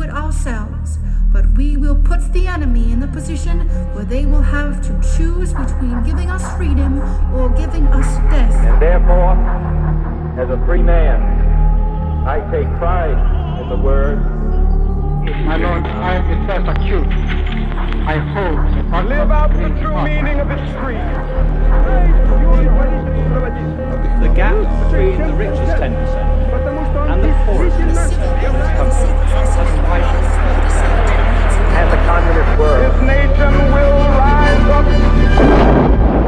it ourselves, but we will put the enemy in the position where they will have to choose between giving us freedom or giving us death. And therefore, as a free man, I take pride in the word. My Lord, I am the first accused. I hold to live out the true meaning of its creed. The gap between the richest 10% and the poorest 10% has widened. And the communist world. This nation will rise up.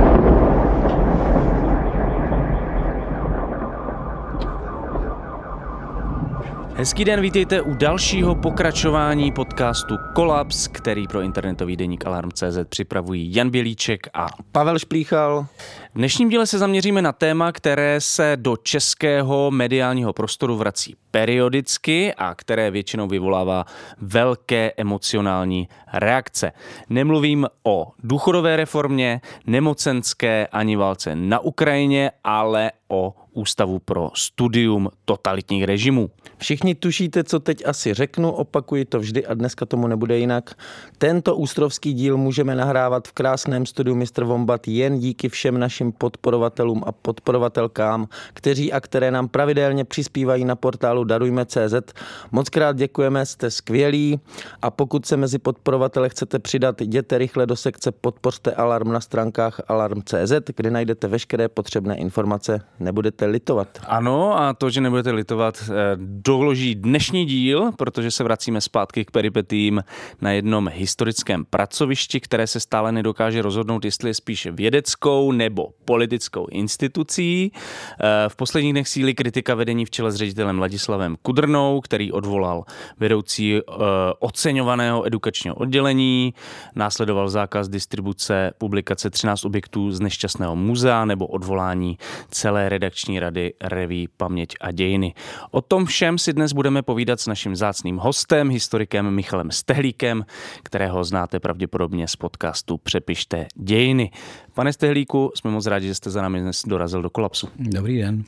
Hezký den, vítejte u dalšího pokračování podcastu Kolaps, který pro internetový deník Alarm.cz připravují Jan Bělíček a Pavel Šplíchal. V dnešním díle se zaměříme na téma, které se do českého mediálního prostoru vrací periodicky a které většinou vyvolává velké emocionální reakce. Nemluvím o důchodové reformě, nemocenské ani válce na Ukrajině, ale o Ústavu pro studium totalitních režimů. Všichni tušíte, co teď asi řeknu, opakuji to vždy a dneska tomu nebude jinak. Tento ústrovský díl můžeme nahrávat v krásném studiu Mr. Wombat jen díky všem našim podporovatelům a podporovatelkám, kteří a které nám pravidelně přispívají na portálu Darujme.cz. Mockrát děkujeme, jste skvělí a pokud se mezi podporovatele chcete přidat, jděte rychle do sekce Podpořte Alarm na stránkách Alarm.cz, kde najdete veškeré potřebné informace. Nebudete litovat. Ano, a to, že nebudete litovat, doloží dnešní díl, protože se vracíme zpátky k peripetím na jednom historickém pracovišti, které se stále nedokáže rozhodnout, jestli je spíše vědeckou nebo politickou institucí. V posledních dnech sílí kritika vedení v čele s ředitelem Ladislavem Kudrnou, který odvolal vedoucí oceňovaného edukačního oddělení, následoval zákaz distribuce publikace 13 objektů z nešťastného muzea nebo odvolání celé redakční rady reví Paměť a dějiny. O tom všem si dnes budeme povídat s naším vzácným hostem, historikem Michalem Stehlíkem, kterého znáte pravděpodobně z podcastu Přepište dějiny. Pane Stehlíku, jsme moc rádi, že jste za námi dnes dorazil do Kolapsu. Dobrý den.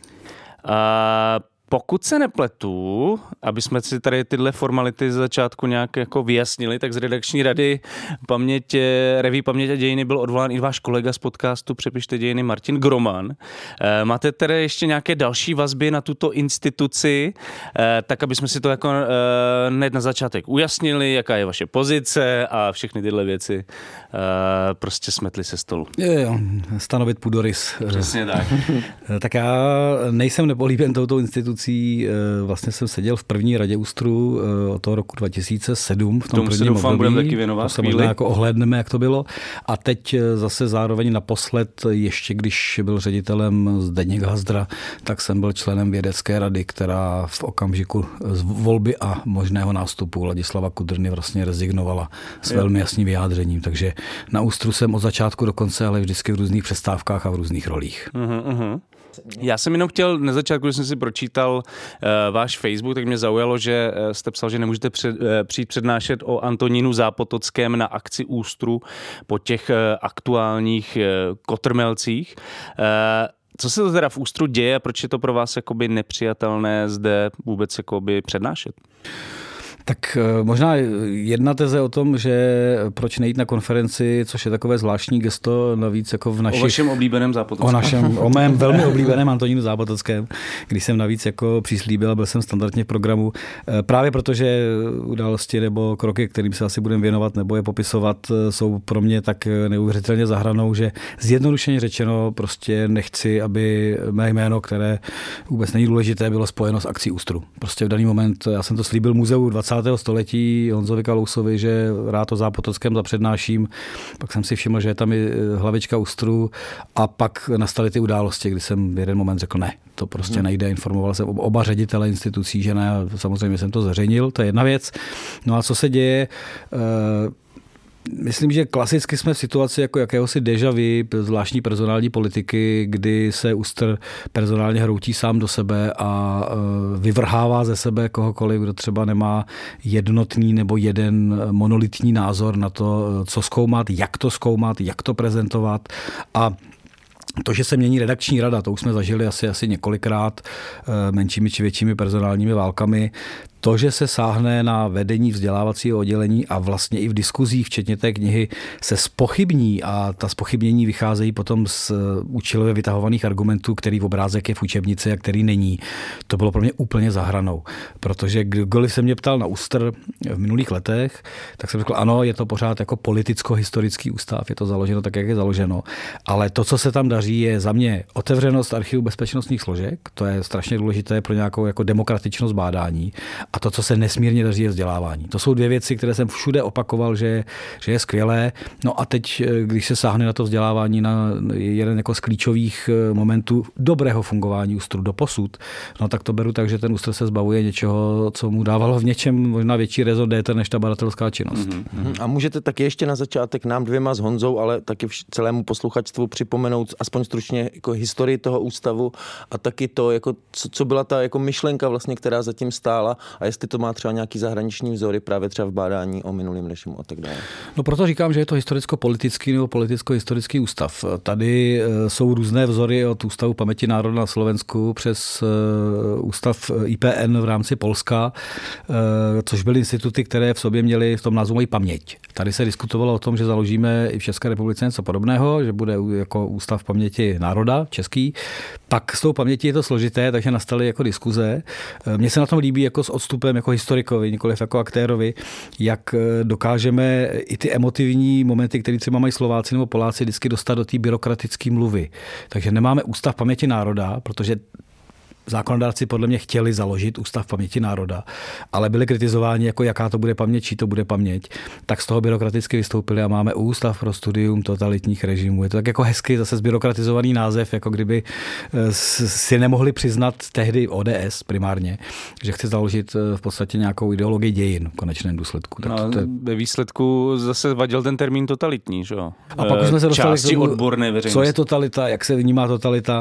Pokud se nepletu, aby jsme si tady tyhle formality z začátku nějak jako vyjasnili, tak z redakční rady reví Paměť a dějiny byl odvolán i váš kolega z podcastu Přepište dějiny Martin Groman. Máte tedy ještě nějaké další vazby na tuto instituci, tak aby jsme si to jako hned na začátek ujasnili, jaká je vaše pozice a všechny tyhle věci prostě smetli se stolu. Jo, stanovit půdorys. Přesně tak. Tak já nejsem nepolíben touto institucí. Vlastně jsem seděl v první radě ÚSTRu od toho roku 2007 v tom prvním období. Budeme taky věnovat to se možná jako ohlédneme, jak to bylo. A teď zase zároveň naposled, ještě když byl ředitelem Zdeněk Hazdra, tak jsem byl členem vědecké rady, která v okamžiku volby a možného nástupu Ladislava Kudrny vlastně rezignovala s velmi jasným vyjádřením. Takže na ÚSTRu jsem od začátku do konce, ale vždycky v různých přestávkách a v různých rolích. Já jsem jenom chtěl, na začátku, když jsem si pročítal váš Facebook, tak mě zaujalo, že jste psal, že nemůžete přijít přednášet o Antonínu Zápotockém na akci ÚSTRu po těch aktuálních kotrmelcích. Co se to teda v ÚSTRu děje a proč je to pro vás jakoby nepřijatelné zde vůbec jakoby přednášet? Tak možná jedna teze o tom, že proč nejít na konferenci, což je takové zvláštní gesto, navíc jako v našich... O vašem oblíbeném Zápotockém. O mém velmi oblíbeném Antonínu Zápotockém, když jsem navíc jako přislíbil, byl jsem standardně v programu, právě protože události nebo kroky, kterým se asi budeme věnovat nebo je popisovat, jsou pro mě tak neuvěřitelně za hranou, že zjednodušeně řečeno prostě nechci, aby mé jméno, které vůbec není důležité, bylo spojeno s akcí ÚSTRu. Prostě v daný moment, já jsem to slíbil muzeu 20. století Honzovi Kalousovi, že rád o Zápotockém zapřednáším. Pak jsem si všiml, že je tam i hlavička ÚSTRu a pak nastaly ty události, kdy jsem v jeden moment řekl ne, to prostě nejde. Informoval jsem oba ředitele institucí, že ne, samozřejmě jsem to zveřejnil, to je jedna věc. No a co se děje? Myslím, že klasicky jsme v situaci jako jakéhosi déjà vu, zvláštní personální politiky, kdy se ÚSTR personálně hroutí sám do sebe a vyvrhává ze sebe kohokoliv, kdo třeba nemá jednotný nebo jeden monolitní názor na to, co zkoumat, jak to prezentovat. A to, že se mění redakční rada, to už jsme zažili asi několikrát menšími či většími personálními válkami, To, že se sáhne na vedení vzdělávacího oddělení a vlastně i v diskuzích, včetně té knihy, se zpochybní a ta zpochybnění vycházejí potom z účelově vytahovaných argumentů, který v obrázek je v učebnici a který není. To bylo pro mě úplně za hranou, protože kdykoliv se mě ptal na ÚSTR v minulých letech, tak jsem řekl, ano, je to pořád jako politicko-historický ústav, je to založeno tak, jak je založeno, ale to, co se tam daří, je za mě otevřenost archivu bezpečnostních složek, to je strašně důležité pro nějakou jako demokratičnost bádání. A to, co se nesmírně daří, je vzdělávání. To jsou dvě věci, které jsem všude opakoval, že je skvělé. No a teď, když se sáhne na to vzdělávání, na jeden jako z klíčových momentů dobrého fungování ÚSTRu doposud, no tak to beru tak, že ten ÚSTR se zbavuje něčeho, co mu dávalo v něčem možná větší raison d'être než ta badatelská činnost. A můžete taky ještě na začátek nám dvěma s Honzou, ale taky celému posluchačstvu připomenout aspoň stručně jako historii toho ústavu a taky to, jako, co byla ta jako myšlenka vlastně, která zatím stála a jestli to má třeba nějaký zahraniční vzory právě třeba v bádání o minulém režimu a tak dále. No proto říkám, že je to historicko-politický nebo politicko-historický ústav. Tady jsou různé vzory od Ústavu paměti národa na Slovensku přes ústav IPN v rámci Polska, což byly instituty, které v sobě měly v tom názvu mají paměť. Tady se diskutovalo o tom, že založíme i v České republice něco podobného, že bude jako Ústav paměti národa český. Pak s tou pamětí je to složité, takže nastaly jako diskuze. Mně se na tom líbí jako s odstupem jako historikovi, nikoliv jako aktérovi, jak dokážeme i ty emotivní momenty, které třeba mají Slováci nebo Poláci, vždycky dostat do té byrokratické mluvy. Takže nemáme Ústav paměti národa, protože zákonodárci podle mě chtěli založit Ústav paměti národa, ale byli kritizováni, jako jaká to bude paměť, čí to bude paměť. Tak z toho byrokraticky vystoupili a máme Ústav pro studium totalitních režimů. Je to tak jako hezky zase zbyrokratizovaný název, jako kdyby si nemohli přiznat tehdy ODS primárně, že chce založit v podstatě nějakou ideologii dějin v konečném důsledku. Tak no, ve výsledku zase vadil ten termín totalitní, že jo? A pak už jsme se dostali k tomu, odborné veřejnosti. Co je totalita, jak se vnímá totalita.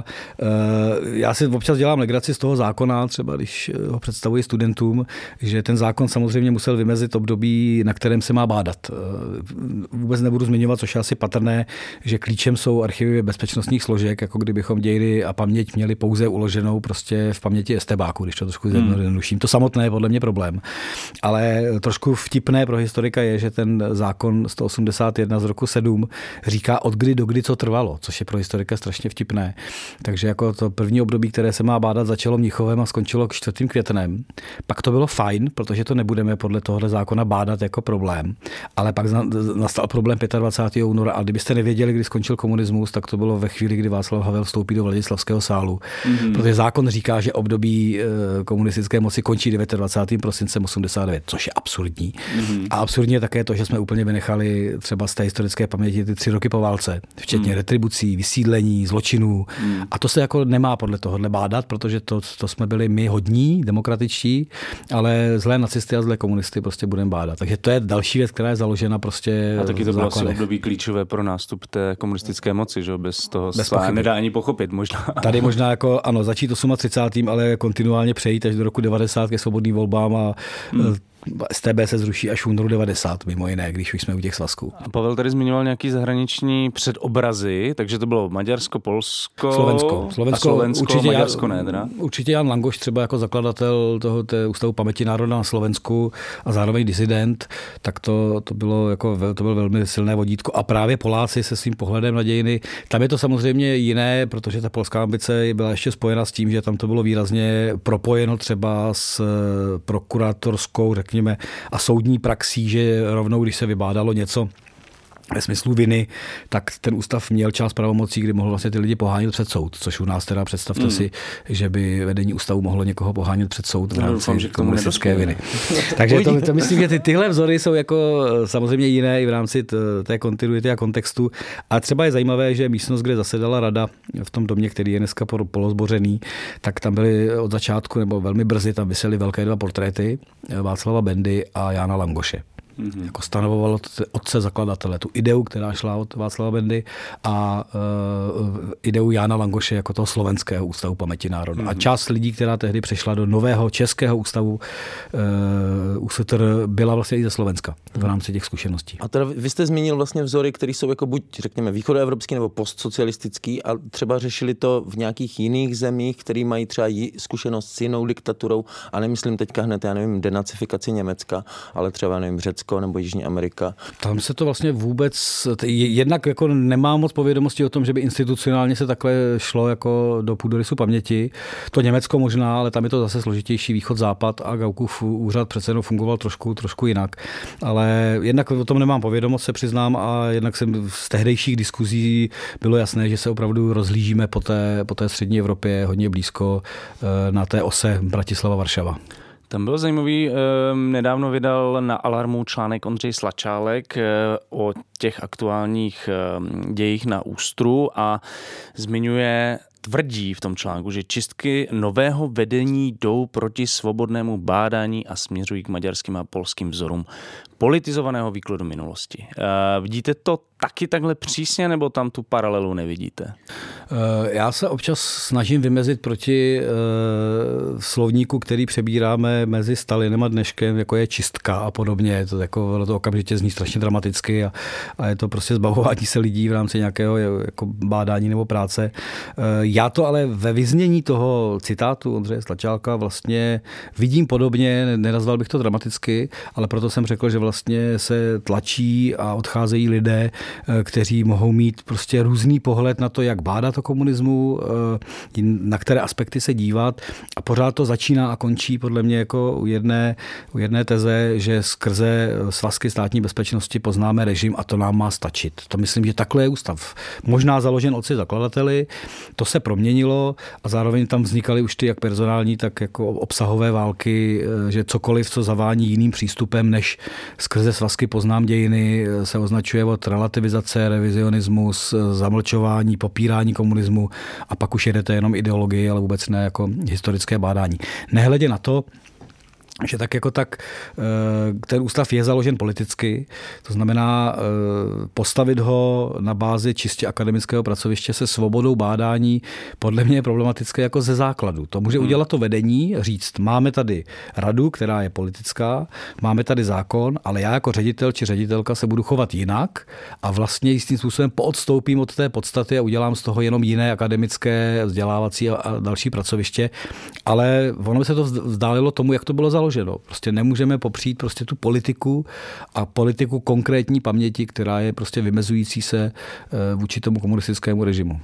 Já si občas dělám legraci z toho zákona, třeba když ho představuji studentům, že ten zákon samozřejmě musel vymezit období, na kterém se má bádat. Vůbec nebudu zmiňovat, což je asi patrné, že klíčem jsou archivy bezpečnostních složek, jako kdybychom dějiny a paměť měli pouze uloženou prostě v paměti estebáku, když to trošku zjednoduším. To samotné je podle mě problém. Ale trošku vtipné pro historika je, že ten zákon 181 z roku 7 říká od kdy do kdy co trvalo, což je pro historika strašně vtipné. Takže jako to první období, které se má bádat, začalo Mnichovem a skončilo 4. květnem. Pak to bylo fajn, protože to nebudeme podle tohohle zákona bádat jako problém. Ale pak nastal problém 25. února a kdybyste nevěděli, kdy skončil komunismus, tak to bylo ve chvíli, kdy Václav Havel vstoupí do Vladislavského sálu. Protože zákon říká, že období komunistické moci končí 29. prosincem 89, což je absurdní. A absurdní je také to, že jsme úplně vynechali třeba z té historické paměti ty 3 roky po válce, včetně retribucí, vysídlení, zločinů. A to se jako nemá podle tohohle bádat, protože to jsme byli my hodní, demokratičtí, ale zlé nacisty a zlé komunisty prostě budeme bádat. Takže to je další věc, která je založena prostě. A taky to bylo asi období klíčové pro nástup té komunistické moci, že bez toho se nedá ani pochopit možná. Tady možná jako ano, začít 38. ale kontinuálně přejít až do roku 90 ke svobodným volbám a StB se zruší až v únoru 90, mimo jiné, když už jsme u těch svazků. A Pavel tady zmiňoval nějaký zahraniční předobrazy, takže to bylo Maďarsko, Polsko, Slovensko určitě Maďarsko ne, teda? Určitě Jan Langoš třeba jako zakladatel toho Ústavu paměti národa na Slovensku a zároveň disident, tak to bylo velmi silné vodítko. A právě Poláci se svým pohledem na dějiny, tam je to samozřejmě jiné, protože ta polská ambice byla ještě spojena s tím, že tam to bylo výrazně propojeno třeba s prokurátorskou, řekněme, a soudní praxí, že rovnou, když se vybádalo něco ve smyslu viny, tak ten ústav měl část pravomocí, kdy mohl vlastně ty lidi pohánět před soud, což u nás teda představte si, že by vedení ústavu mohlo někoho pohánět před soud v rámci komunistické viny. Takže to myslím, že tyhle vzory jsou jako samozřejmě jiné i v rámci té kontinuity a kontextu. A třeba je zajímavé, že místnost, kde zasedala rada v tom domě, který je dneska polozbořený, tak tam byly od začátku nebo velmi brzy tam visely velké 2 portréty Václava Bendy a Jána Langoše. Jako stanovovalo otce zakladatele, tu ideu, která šla od Václava Bendy a ideu Jána Langoše jako toho slovenského ústavu paměti národa. A část lidí, která tehdy přešla do nového českého ústavu ÚSTR, byla vlastně i ze Slovenska v rámci těch zkušeností. A teda vy jste zmínil vlastně vzory, které jsou jako buď, řekněme, východoevropský nebo postsocialistický, a třeba řešili to v nějakých jiných zemích, které mají třeba zkušenost s jinou diktaturou, a nemyslím teďka hned, já nevím, denacifikaci Německa, ale třeba, nevím, Řecko nebo Jižní Amerika. Tam se to vlastně vůbec, jednak jako nemám moc povědomosti o tom, že by institucionálně se takhle šlo jako do půdorysu paměti. To Německo možná, ale tam je to zase složitější, východ-západ, a Gauckův úřad přece jenom fungoval trošku jinak. Ale jednak o tom nemám povědomost, se přiznám, a jednak jsem z tehdejších diskuzí bylo jasné, že se opravdu rozhlížíme po té střední Evropě hodně blízko na té ose Bratislava-Varšava. Tam byl zajímavý, nedávno vydal na Alarmu článek Ondřej Slačálek o těch aktuálních dějích na Ústru a tvrdí v tom článku, že čistky nového vedení jdou proti svobodnému bádání a směřují k maďarským a polským vzorům politizovaného výkladu minulosti. Vidíte to taky takhle přísně, nebo tam tu paralelu nevidíte? Já se občas snažím vymezit proti slovníku, který přebíráme mezi Stalinem a dneškem, jako je čistka a podobně. To okamžitě zní strašně dramaticky a je to prostě zbavování se lidí v rámci nějakého jako bádání nebo práce. Já to ale ve vyznění toho citátu Ondřeje Slačálka vlastně vidím podobně, nenazval bych to dramaticky, ale proto jsem řekl, že vlastně se tlačí a odcházejí lidé, kteří mohou mít prostě různý pohled na to, jak bádat o komunismu, na které aspekty se dívat, a pořád to začíná a končí podle mě jako u jedné teze, že skrze svazky státní bezpečnosti poznáme režim a to nám má stačit. To myslím, že takhle je ústav. Možná založen otci zakladateli, to se proměnilo a zároveň tam vznikaly už ty jak personální, tak jako obsahové války, že cokoliv, co zavání jiným přístupem, než skrze svazky poznám dějiny, se označuje od relativizace, revizionismus, zamlčování, popírání komunismu, a pak už jedete jenom ideologii, ale vůbec ne jako historické bádání. Nehledě na to, že tak jako tak ten ústav je založen politicky, to znamená postavit ho na bázi čistě akademického pracoviště se svobodou bádání podle mě je problematické jako ze základu. To může udělat to vedení, říct, máme tady radu, která je politická, máme tady zákon, ale já jako ředitel či ředitelka se budu chovat jinak a vlastně jistým způsobem poodstoupím od té podstaty a udělám z toho jenom jiné akademické, vzdělávací a další pracoviště, ale ono by se to vzdálilo tomu, jak to bylo založeno. Prostě nemůžeme popřít prostě tu politiku a politiku konkrétní paměti, která je prostě vymezující se vůči tomu komunistickému režimu.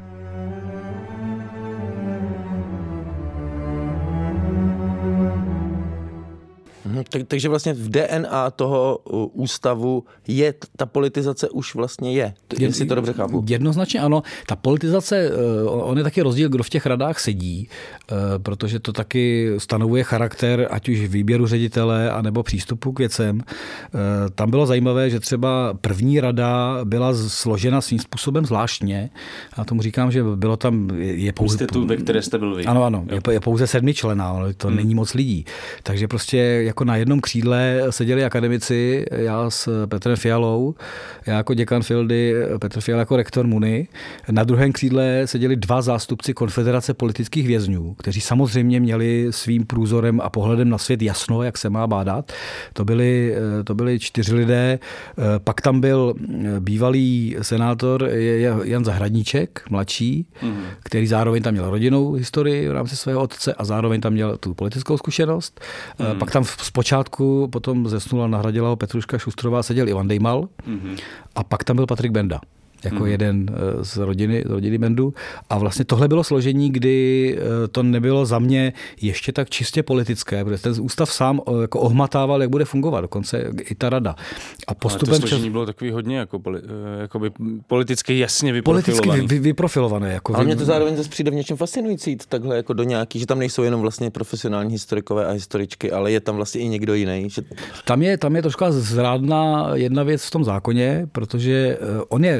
Takže vlastně v DNA toho ústavu je ta politizace už vlastně je. Jestli to dobře chápu. Jednoznačně ano. Ta politizace, on je taky rozdíl, kdo v těch radách sedí, protože to taky stanovuje charakter ať už výběru ředitele, anebo přístupu k věcem. Tam bylo zajímavé, že třeba první rada byla složena svým způsobem zvláštně. Já tomu říkám, že bylo tam... Je pouze, institutu, ve které jste byl vy. Ano. Je pouze 7členná, ale to není moc lidí. Takže prostě jako na jednom křídle seděli akademici, já s Petrem Fialou, já jako děkan Fildy, Petr Fiala jako rektor MUNY. Na druhém křídle seděli dva zástupci Konfederace politických vězňů, kteří samozřejmě měli svým průzorem a pohledem na svět jasno, jak se má bádat. To byli 4 lidé. Pak tam byl bývalý senátor Jan Zahradníček, mladší, který zároveň tam měl rodinnou historii v rámci svého otce a zároveň tam měl tu politickou zkušenost. Pak tam zpočátku potom zesnula, nahradila ho Petruška Šustrová, seděl Ivan Dejmal a pak tam byl Patrik Benda jako jeden z rodiny Bendu. A vlastně tohle bylo složení, kdy to nebylo za mě ještě tak čistě politické, protože ten ústav sám jako ohmatával, jak bude fungovat, dokonce i ta rada. A postupem... Ale to složení bylo takový hodně jako politicky jasně vyprofilované. Politicky vyprofilované. Jako ale mě to zároveň zase přijde v něčem fascinující jít takhle jako do nějaký, že tam nejsou jenom vlastně profesionální historikové a historičky, ale je tam vlastně i někdo jiný. Že... Tam je trošku zrádná jedna věc v tom zákoně, protože on je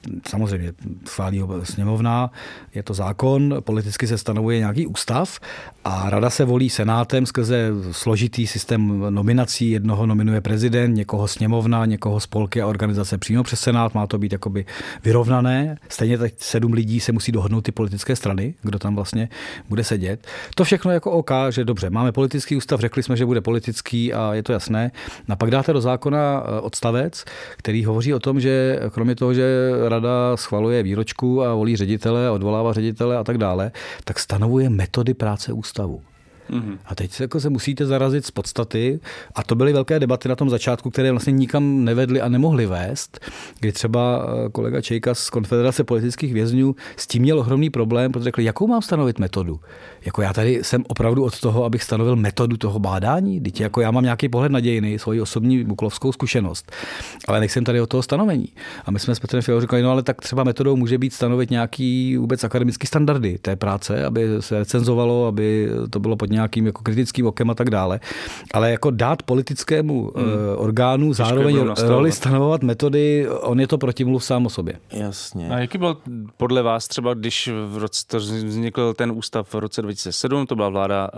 samozřejmě schválí ho sněmovna, je to zákon, politicky se stanovuje nějaký ústav a rada se volí senátem skrze složitý systém nominací. Jednoho nominuje prezident, někoho sněmovna, někoho spolky a organizace přímo přes senát. Má to být jakoby vyrovnané. Stejně tak 7 lidí se musí dohodnout ty politické strany, kdo tam vlastně bude sedět. To všechno jako OK, že dobře, máme politický ústav, řekli jsme, že bude politický a je to jasné. A pak dáte do zákona odstavec, který hovoří o tom, že kromě toho, že rada schvaluje výročku a volí ředitele, odvolává ředitele a tak dále, tak stanovuje metody práce ústavu. A teď jako se musíte zarazit z podstaty a to byly velké debaty na tom začátku, které vlastně nikam nevedly a nemohly vést, kdy třeba kolega Čejka z Konfederace politických vězňů s tím měl ohromný problém, protože řekl, jakou mám stanovit metodu? Jako já tady jsem opravdu od toho, abych stanovil metodu toho bádání, teď jako já mám nějaký pohled na dějiny, svoji osobní buklovskou zkušenost, ale nejsem tady od toho stanovení. A my jsme s Petrem Fialou říkali, no ale tak třeba metodou může být stanovit nějaký vůbec akademický standardy té práce, aby se recenzovalo, aby to bylo pod nějakým jako kritickým okem a tak dále. Ale jako dát politickému orgánu zároveň roli stanovovat metody, on je to protimluv sám o sobě. Jasně. A jaký byl podle vás třeba, když vznikl ten ústav v roce 2007, to byla vláda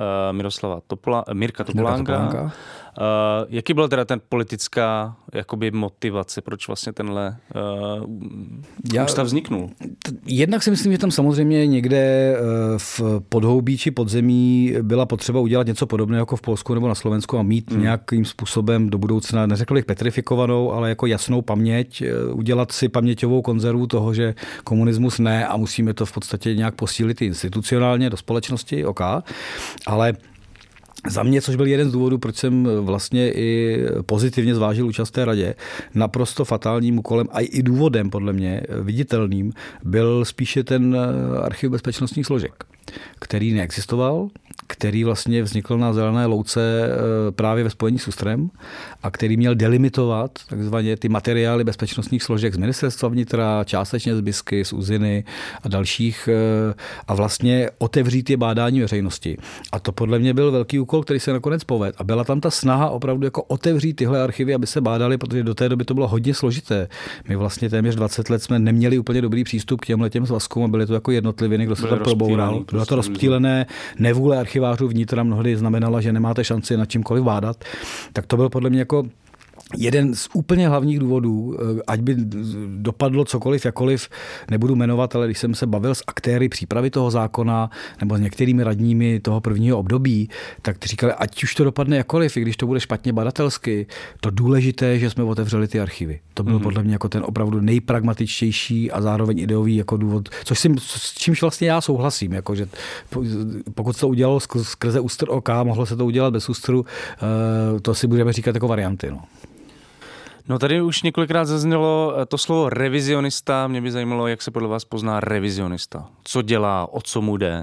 Mirka Topolánka. Jaký byl teda ten politická jakoby motivace, proč vlastně tenhle ústav vzniknul? Jednak si myslím, že tam samozřejmě někde v podhoubí či podzemí byla potřeba udělat něco podobného jako v Polsku nebo na Slovensku a mít nějakým způsobem do budoucna, neřekl bych petrifikovanou, ale jako jasnou paměť, udělat si paměťovou konzervu toho, že komunismus ne a musíme to v podstatě nějak posílit institucionálně do společnosti, OK, ale za mě, což byl jeden z důvodů, proč jsem vlastně i pozitivně zvážil účast té radě, naprosto fatálním úkolem a i důvodem, podle mě, viditelným, byl spíše ten archiv bezpečnostních složek, který neexistoval, který vlastně vznikl na Zelené louce právě ve spojení s ÚSTRem a který měl delimitovat takzvaně ty materiály bezpečnostních složek z ministerstva vnitra, částečně z BISky, z UZINy a dalších a vlastně otevřít je bádání veřejnosti. A to podle mě byl velký úkol, který se nakonec povedl. A byla tam ta snaha opravdu jako otevřít tyhle archivy, aby se bádaly, protože do té doby to bylo hodně složité. My vlastně téměř 20 let jsme neměli úplně dobrý přístup k těmhletěm svazkům a byly to jako jednotliviny, kdo se tam proboural. Bylo to rozptýlené, nevůle archivářů vnitra mnohdy znamenala, že nemáte šanci nad čímkoliv bádat. Tak to byl podle mě jako jeden z úplně hlavních důvodů, ať by dopadlo cokoliv, jakoliv, nebudu jmenovat, ale když jsem se bavil s aktéry přípravy toho zákona nebo s některými radními toho prvního období, tak říkali, ať už to dopadne jakoliv, i když to bude špatně badatelsky, to důležité, že jsme otevřeli ty archivy. To byl podle mě jako ten opravdu nejpragmatičtější a zároveň ideový jako důvod, s čímž vlastně já souhlasím, jako že pokud se to udělalo skrze ÚSTR OK, mohlo se to udělat bez ÚSTRu, to si budeme říkat jako varianty. No tady už několikrát zaznělo to slovo revizionista. Mě by zajímalo, jak se podle vás pozná revizionista. Co dělá, o co mu jde,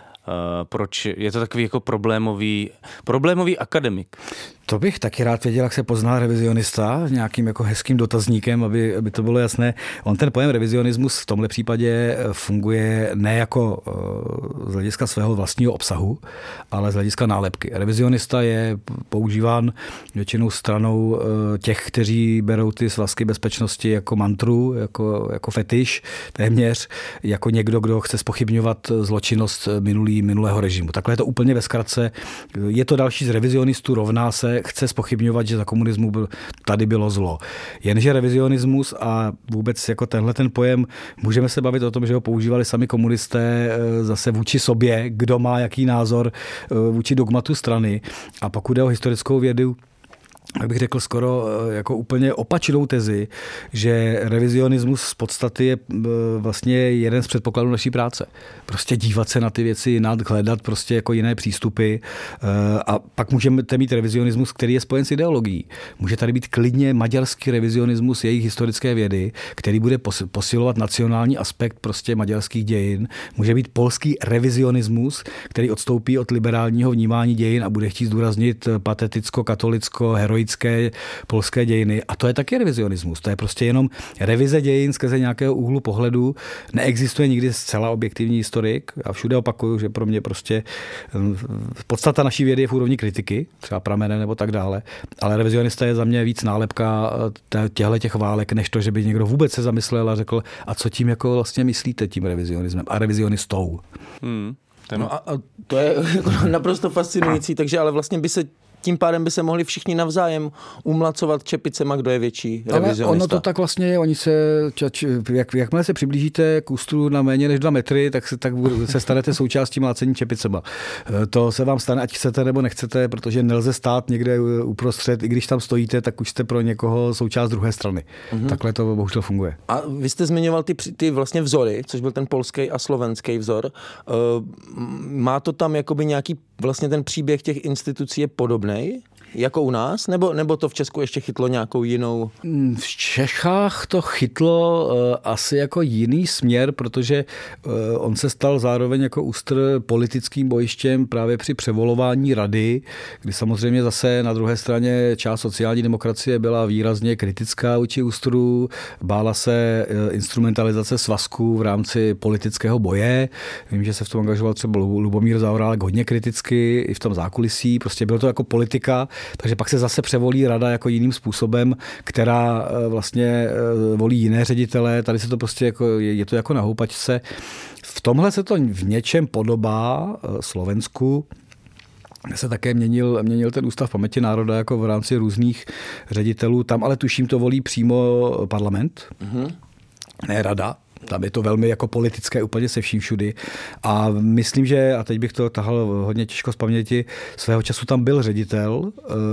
proč je to takový jako problémový akademik. To bych taky rád věděl, jak se pozná revizionista, nějakým jako hezkým dotazníkem, aby to bylo jasné. On ten pojem revizionismus v tomhle případě funguje ne jako z hlediska svého vlastního obsahu, ale z hlediska nálepky. Revizionista je používán většinou stranou těch, kteří berou ty svazky bezpečnosti jako mantru, jako fetiš téměř, jako někdo, kdo chce zpochybňovat zločinnost minulého režimu. Takhle je to úplně ve zkratce. Je to další z revizionistů, rovná se chce zpochybňovat, že za komunismu tady bylo zlo. Jenže revizionismus a vůbec jako tenhle ten pojem, můžeme se bavit o tom, že ho používali sami komunisté zase vůči sobě, kdo má jaký názor vůči dogmatu strany. A pokud jde o historickou vědu, jak bych řekl skoro jako úplně opačnou tezi, že revizionismus z podstaty je vlastně jeden z předpokladů naší práce. Prostě dívat se na ty věci jinak, hledat prostě jako jiné přístupy a pak můžeme mít revizionismus, který je spojen s ideologií. Může tady být klidně maďarský revizionismus jejich historické vědy, který bude posilovat nacionální aspekt prostě maďarských dějin. Může být polský revizionismus, který odstoupí od liberálního vnímání dějin a bude chtít zdůraznit pateticko, katolicko, heroicko historické polské dějiny. A to je taky revizionismus. To je prostě jenom revize dějin skrze nějakého úhlu pohledu. Neexistuje nikdy zcela objektivní historik. A všude opakuju, že pro mě prostě podstata naší vědy je v úrovni kritiky, třeba pramenem nebo tak dále. Ale revizionista je za mě víc nálepka těch válek, než to, že by někdo vůbec se zamyslel a řekl, a co tím jako vlastně myslíte tím revizionismem a revizionistou. No a to je naprosto fascinující, takže ale vlastně tím pádem by se mohli všichni navzájem umlacovat čepicema, kdo je větší revizionista. Ale ono to tak vlastně, jakmile se přiblížíte k ústru na méně než 2 metry, tak se stanete součástí mlácení čepicema. To se vám stane, ať chcete nebo nechcete, protože nelze stát někde uprostřed, i když tam stojíte, tak už jste pro někoho součást druhé strany. Takhle to bohužel funguje. A vy jste zmiňoval ty vlastně vzory, což byl ten polský a slovenský vzor. Má to tam jakoby nějaký, vlastně ten příběh těch institucí je podobný jako u nás? Nebo to v Česku ještě chytlo nějakou jinou? V Čechách to chytlo asi jako jiný směr, protože on se stal zároveň jako ÚSTR politickým bojištěm právě při převolování rady, kdy samozřejmě zase na druhé straně část sociální demokracie byla výrazně kritická vůči ÚSTRu, bála se instrumentalizace svazků v rámci politického boje. Vím, že se v tom angažoval třeba Lubomír Zaorálek hodně kriticky i v tom zákulisí. Prostě bylo to jako politika. Takže pak se zase převolí rada jako jiným způsobem, která vlastně volí jiné ředitele. Tady se to prostě je to jako na houpačce. V tomhle se to v něčem podobá Slovensku, kde se také měnil ten Ústav paměti národa jako v rámci různých ředitelů. Tam ale tuším to volí přímo parlament, ne rada. Tam je to velmi jako politické úplně se vším všudy. A myslím, že, a teď bych to tahal hodně těžko z paměti, svého času tam byl ředitel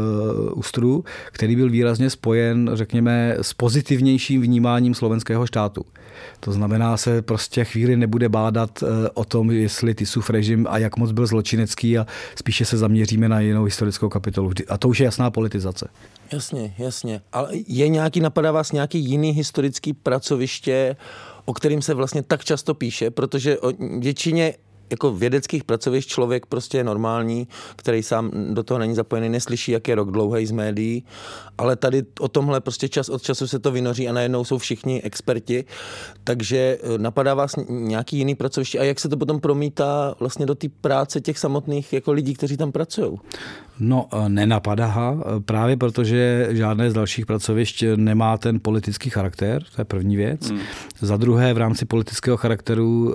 ÚSTRu, který byl výrazně spojen, řekněme, s pozitivnějším vnímáním slovenského štátu. To znamená, se prostě chvíli nebude bádat o tom, jestli Tisův režim a jak moc byl zločinecký, a spíše se zaměříme na jinou historickou kapitolu. A to už je jasná politizace. Jasně. Ale napadá vás nějaký jiný historický pracoviště, o kterým se vlastně tak často píše, protože o většině jako vědeckých pracovišť člověk prostě je normální, který sám do toho není zapojený, neslyší, jak je rok dlouhý z médií, ale tady o tomhle prostě čas od času se to vynoří a najednou jsou všichni experti, takže napadá vás nějaký jiný pracoviště a jak se to potom promítá vlastně do té práce těch samotných jako lidí, kteří tam pracují? No, nenapadá, právě protože žádné z dalších pracovišť nemá ten politický charakter, to je první věc. Za druhé, v rámci politického charakteru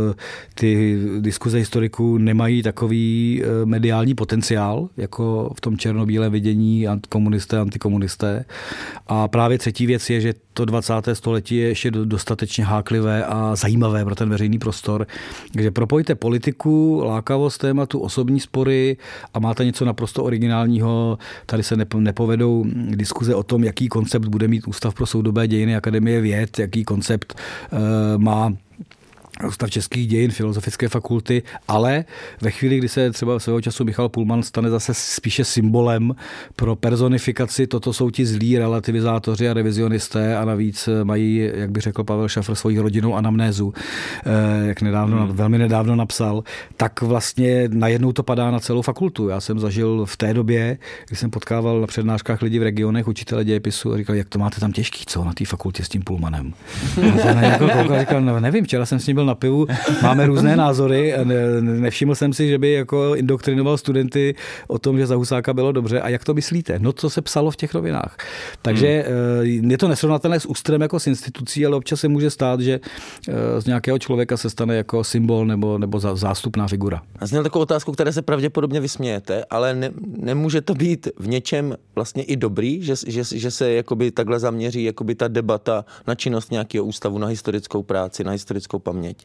ty diskuze historiků nemají takový mediální potenciál, jako v tom černobílém vidění komunisté, antikomunisté. A právě třetí věc je, že to 20. století je ještě dostatečně háklivé a zajímavé pro ten veřejný prostor. Takže propojte politiku, lákavost tématu, osobní spory a máte něco naprosto originálního. Tady se nepovedou diskuze o tom, jaký koncept bude mít Ústav pro soudobé dějiny Akademie věd, jaký koncept má Ústav českých dějin, Filozofické fakulty, ale ve chvíli, kdy se třeba svého času Michal Pullman stane zase spíše symbolem pro personifikaci, toto jsou ti zlí relativizátoři a revizionisté a navíc mají, jak by řekl Pavel Šafr, svoji rodinnou anamnézu, jak velmi nedávno napsal, tak vlastně najednou to padá na celou fakultu. Já jsem zažil v té době, kdy jsem potkával na přednáškách lidi v regionech, učitele dějepisu, a říkal, jak to máte tam těžký, co na té fakultě s tím Pullmanem. A říkal, nevím, včera jsem s ním byl na pivu, máme různé názory, nevšiml jsem si, že by jako indoktrinoval studenty o tom, že za Husáka bylo dobře. A jak to myslíte? No, co se psalo v těch novinách. Takže je to nesrovnatelné s ÚSTRem jako s institucí, ale občas se může stát, že z nějakého člověka se stane jako symbol nebo zástupná figura. A zněl takovou otázku, které se pravděpodobně vysmějete, ale nemůže to být v něčem vlastně i dobrý, že se jakoby takhle zaměří jakoby ta debata na činnost nějakého ústavu, na historickou práci, na historickou paměť?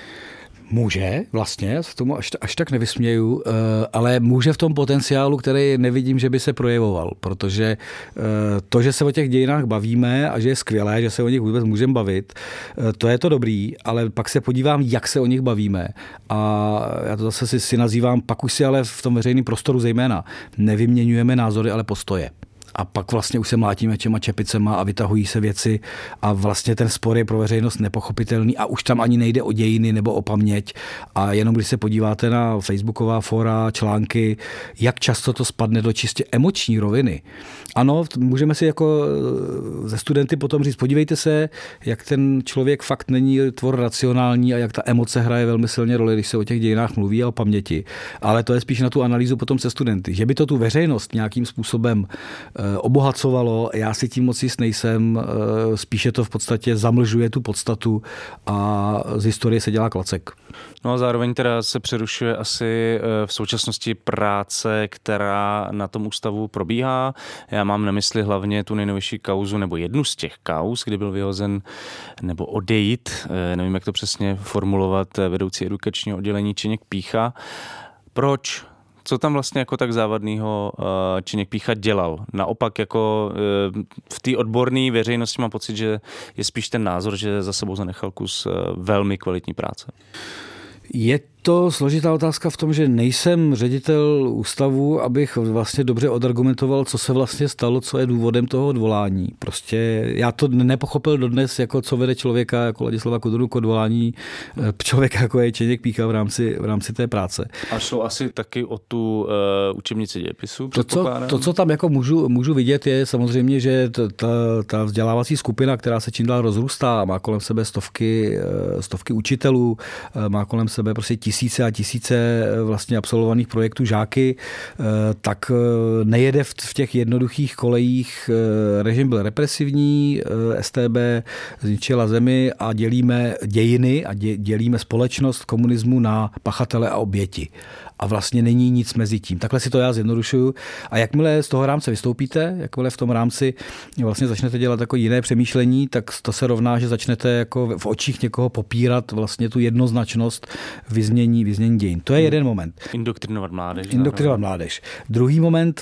Může, vlastně, já se tomu až tak nevysměju, ale může v tom potenciálu, který nevidím, že by se projevoval, protože to, že se o těch dějinách bavíme a že je skvělé, že se o nich vůbec můžeme bavit, to je to dobrý, ale pak se podívám, jak se o nich bavíme a já to zase si nazývám, pak už si ale v tom veřejném prostoru zejména nevyměňujeme názory, ale postoje. a pak vlastně už se mlátíme těma čepicema a vytahují se věci a vlastně ten spor je pro veřejnost nepochopitelný a už tam ani nejde o dějiny nebo o paměť a jenom když se podíváte na facebooková fora, články, jak často to spadne do čistě emoční roviny. Ano, můžeme si jako ze studenty potom říct, podívejte se, jak ten člověk fakt není tvor racionální a jak ta emoce hraje velmi silně roli, když se o těch dějinách mluví a o paměti. Ale to je spíš na tu analýzu potom se studenty. Že by to tu veřejnost nějakým způsobem obohacovalo, já si tím moc jist nejsem, spíše to v podstatě zamlžuje tu podstatu a z historie se dělá klacek. No a zároveň teda se přerušuje asi v současnosti práce, která na tom ústavu probíhá. Já mám na mysli hlavně tu nejnovější kauzu, nebo jednu z těch kauz, kdy byl vyhozen nebo odejít, nevím, jak to přesně formulovat, vedoucí edukačního oddělení Čeněk Pýcha. Proč? Co tam vlastně jako tak závadného Čeněk Pýcha dělal? Naopak jako v té odborné veřejnosti mám pocit, že je spíš ten názor, že za sebou zanechal kus velmi kvalitní práce. Je to složitá otázka v tom, že nejsem ředitel ústavu, abych vlastně dobře odargumentoval, co se vlastně stalo, co je důvodem toho odvolání. Prostě já to nepochopil dodnes, jako co vede člověka jako Ladislava Kudru k odvolání člověka, jako je Čeněk Pýcha v rámci té práce. A šlo asi taky o tu učebnici dějepisu, to, co tam jako můžu vidět, je samozřejmě, že ta vzdělávací skupina, která se čím dál rozrůstá, má kolem sebe stovky učitelů, má kolem sebe prostě tisíce a tisíce vlastně absolvovaných projektů žáky, tak nejede v těch jednoduchých kolejích. Režim byl represivní, StB zničila zemi a dělíme dějiny a dělíme společnost komunismu na pachatele a oběti. A vlastně není nic mezi tím. Takhle si to já zjednodušuju. A jakmile z toho rámce vystoupíte, jakmile v tom rámci vlastně začnete dělat jako jiné přemýšlení, tak to se rovná, že začnete jako v očích někoho popírat vlastně tu jednoznačnost vyznění dějin. To je jeden moment. Indoktrinovat mládež. Druhý moment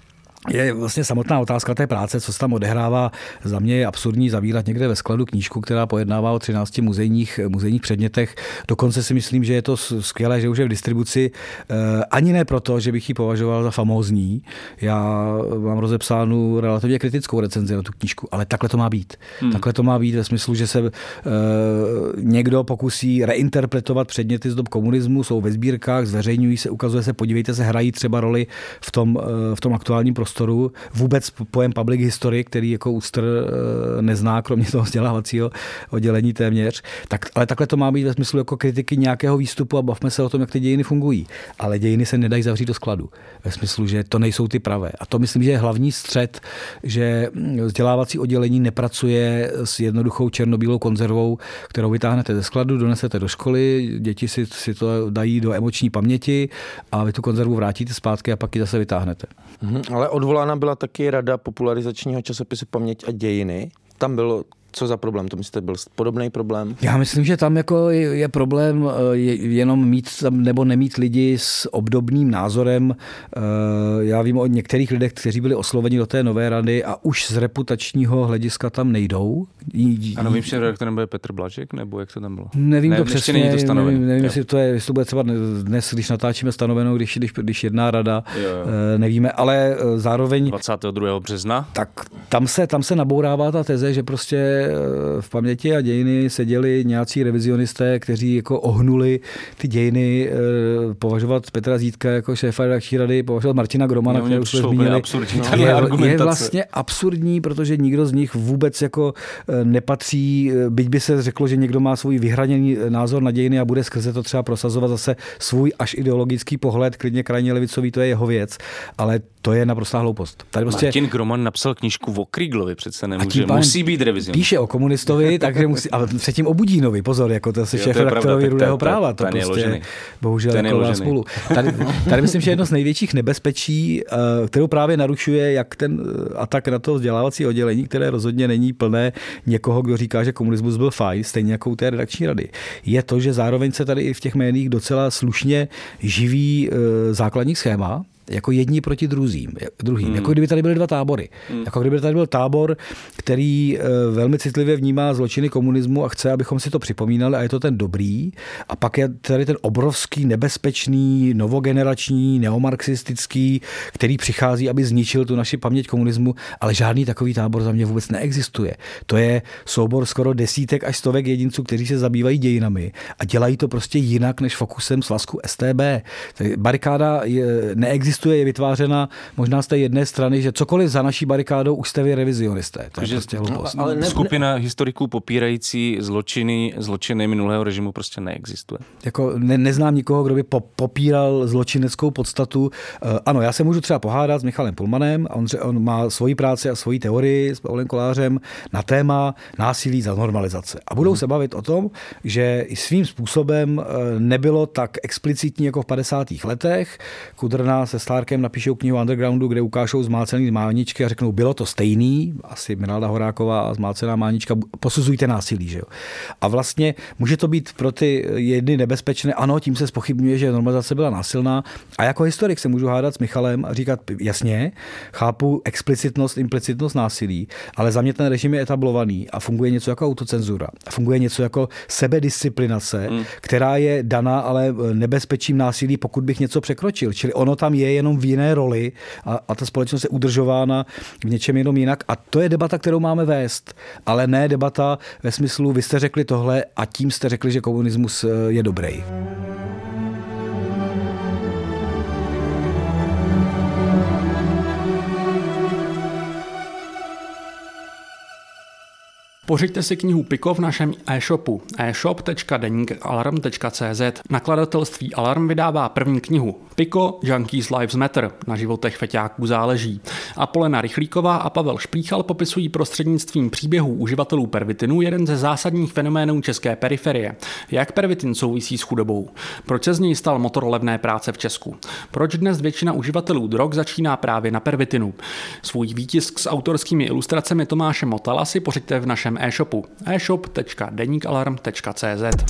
je vlastně samotná otázka té práce, co se tam odehrává. Za mě je absurdní zavírat někde ve skladu knížku, která pojednává o 13 muzejních předmětech. Dokonce si myslím, že je to skvělé, že už je v distribuci. Ani ne proto, že bych ji považoval za famózní. Já mám rozepsánu relativně kritickou recenzi na tu knížku, ale takhle to má být. Takhle to má být ve smyslu, že se někdo pokusí reinterpretovat předměty z dob komunismu, jsou ve sbírkách, zveřejňují se, ukazuje se, podívejte se, hrají třeba roli v tom aktuálním prostoru. Vůbec pojem public history, který jako ÚSTR nezná, kromě toho vzdělávacího oddělení téměř. Ale takhle to má být ve smyslu jako kritiky nějakého výstupu a bavme se o tom, jak ty dějiny fungují. Ale dějiny se nedají zavřít do skladu. Ve smyslu, že to nejsou ty pravé. A to myslím, že je hlavní střet, že vzdělávací oddělení nepracuje s jednoduchou černobílou konzervou, kterou vytáhnete ze skladu, donesete do školy, děti si to dají do emoční paměti a vy tu konzervu vrátíte zpátky a pak ji zase vytáhnete. Ale odvolána byla taky rada popularizačního časopisu Paměť a dějiny. Tam bylo co za problém? To myslíte, byl podobný problém? Já myslím, že tam jako je problém jenom mít tam nebo nemít lidi s obdobným názorem. Já vím o některých lidech, kteří byli osloveni do té nové rady a už z reputačního hlediska tam nejdou. A novým redaktorem bude Petr Blažek, nebo jak to tam bylo? Nevím to přesně, nevím jestli to bude třeba dnes, když natáčíme stanovenou, když jedná rada, jo. Nevíme, ale zároveň 22. března. Tak tam se nabourává ta teze, že prostě v Paměti a dějiny seděli nějací revizionisté, kteří jako ohnuli ty dějiny, považovat Petra Zítka jako šéfa redakční rady, považovat Martina Gromana, který už jsme zmínili. Je vlastně absurdní, protože nikdo z nich vůbec jako nepatří, byť by se řeklo, že někdo má svůj vyhraněný názor na dějiny a bude skrze to třeba prosazovat zase svůj až ideologický pohled, klidně krajně levicový, to je jeho věc, ale to je naprostá hloupost. Tady prostě Martin Groman napsal knížku o Krieglovi, přece nemůže, musí být revizionista. Píše o komunistovi, takže musí, ale předtím o Budínovi, pozor, jako to se šéf redaktorovi Rudého práva, to prostě bohužel jako spolu. Tady myslím, že jedno z největších nebezpečí, kterou právě narušuje jak ten atak na to vzdělávací oddělení, které rozhodně není plné někoho, kdo říká, že komunismus byl fajn, stejně jako u té redakční rady, je to, že zároveň se tady i v těch médiích docela slušně živí základní schéma, jako jedni proti druhým. Jako kdyby tady byly dva tábory. Jako kdyby tady byl tábor, který velmi citlivě vnímá zločiny komunismu a chce, abychom si to připomínali a je to ten dobrý. A pak je tady ten obrovský, nebezpečný, novogenerační, neomarxistický, který přichází, aby zničil tu naši paměť komunismu, ale žádný takový tábor za mě vůbec neexistuje. To je soubor skoro desítek až stovek jedinců, kteří se zabývají dějinami a dělají to prostě jinak než fokusem svazku StB. Barikáda neexistuje, je vytvářena možná z té jedné strany, že cokoliv za naší barikádou už jste vy revizionisté. To je prostě hloupost. Skupina historiků popírající zločiny minulého režimu prostě neexistuje. Jako neznám nikoho, kdo by popíral zločineckou podstatu. Ano, já se můžu třeba pohádat s Michalem Pullmanem, on má svoji práci a svoji teorii s Pavlem Kolářem na téma násilí za normalizace. A budou se bavit o tom, že svým způsobem nebylo tak explicitní jako v 50. letech. Kudrna se Slárkem napíšou knihu Undergroundu, kde ukážou zmácený máničky a řeknou, bylo to stejný, asi Miralda Horáková a zmácená mánička, posuzujte násilí. Že jo? A vlastně může to být pro ty jedny nebezpečné, ano, tím se zpochybňuje, že normalizace byla násilná. A jako historik se můžu hádat s Michalem a říkat, jasně, chápu explicitnost, implicitnost násilí, ale za mě ten režim je etablovaný a funguje něco jako autocenzura. A funguje něco jako sebedisciplinace, která je daná ale nebezpečím násilí, pokud bych něco překročil. Čili ono tam je jenom v jiné roli a ta společnost je udržována v něčem jenom jinak. A to je debata, kterou máme vést, ale ne debata ve smyslu, vy jste řekli tohle a tím jste řekli, že komunismus je dobrý. Pořiďte si knihu Piko v našem e-shopu e-shop.deníkalarm.cz. Nakladatelství Alarm vydává první knihu Piko Junkies Lives Matter, na životech feťáků záleží. A Polena Rychlíková a Pavel Šplíchal popisují prostřednictvím příběhů uživatelů pervitinu jeden ze zásadních fenoménů české periferie. Jak pervitin souvisí s chudobou? Proč se z něj stal motor levné práce v Česku? Proč dnes většina uživatelů drog začíná právě na pervitinu? Svůj výtisk s autorskými ilustracemi Tomáše Motala si pořiďte v našem e-shopu e-shop.deníkalarm.cz.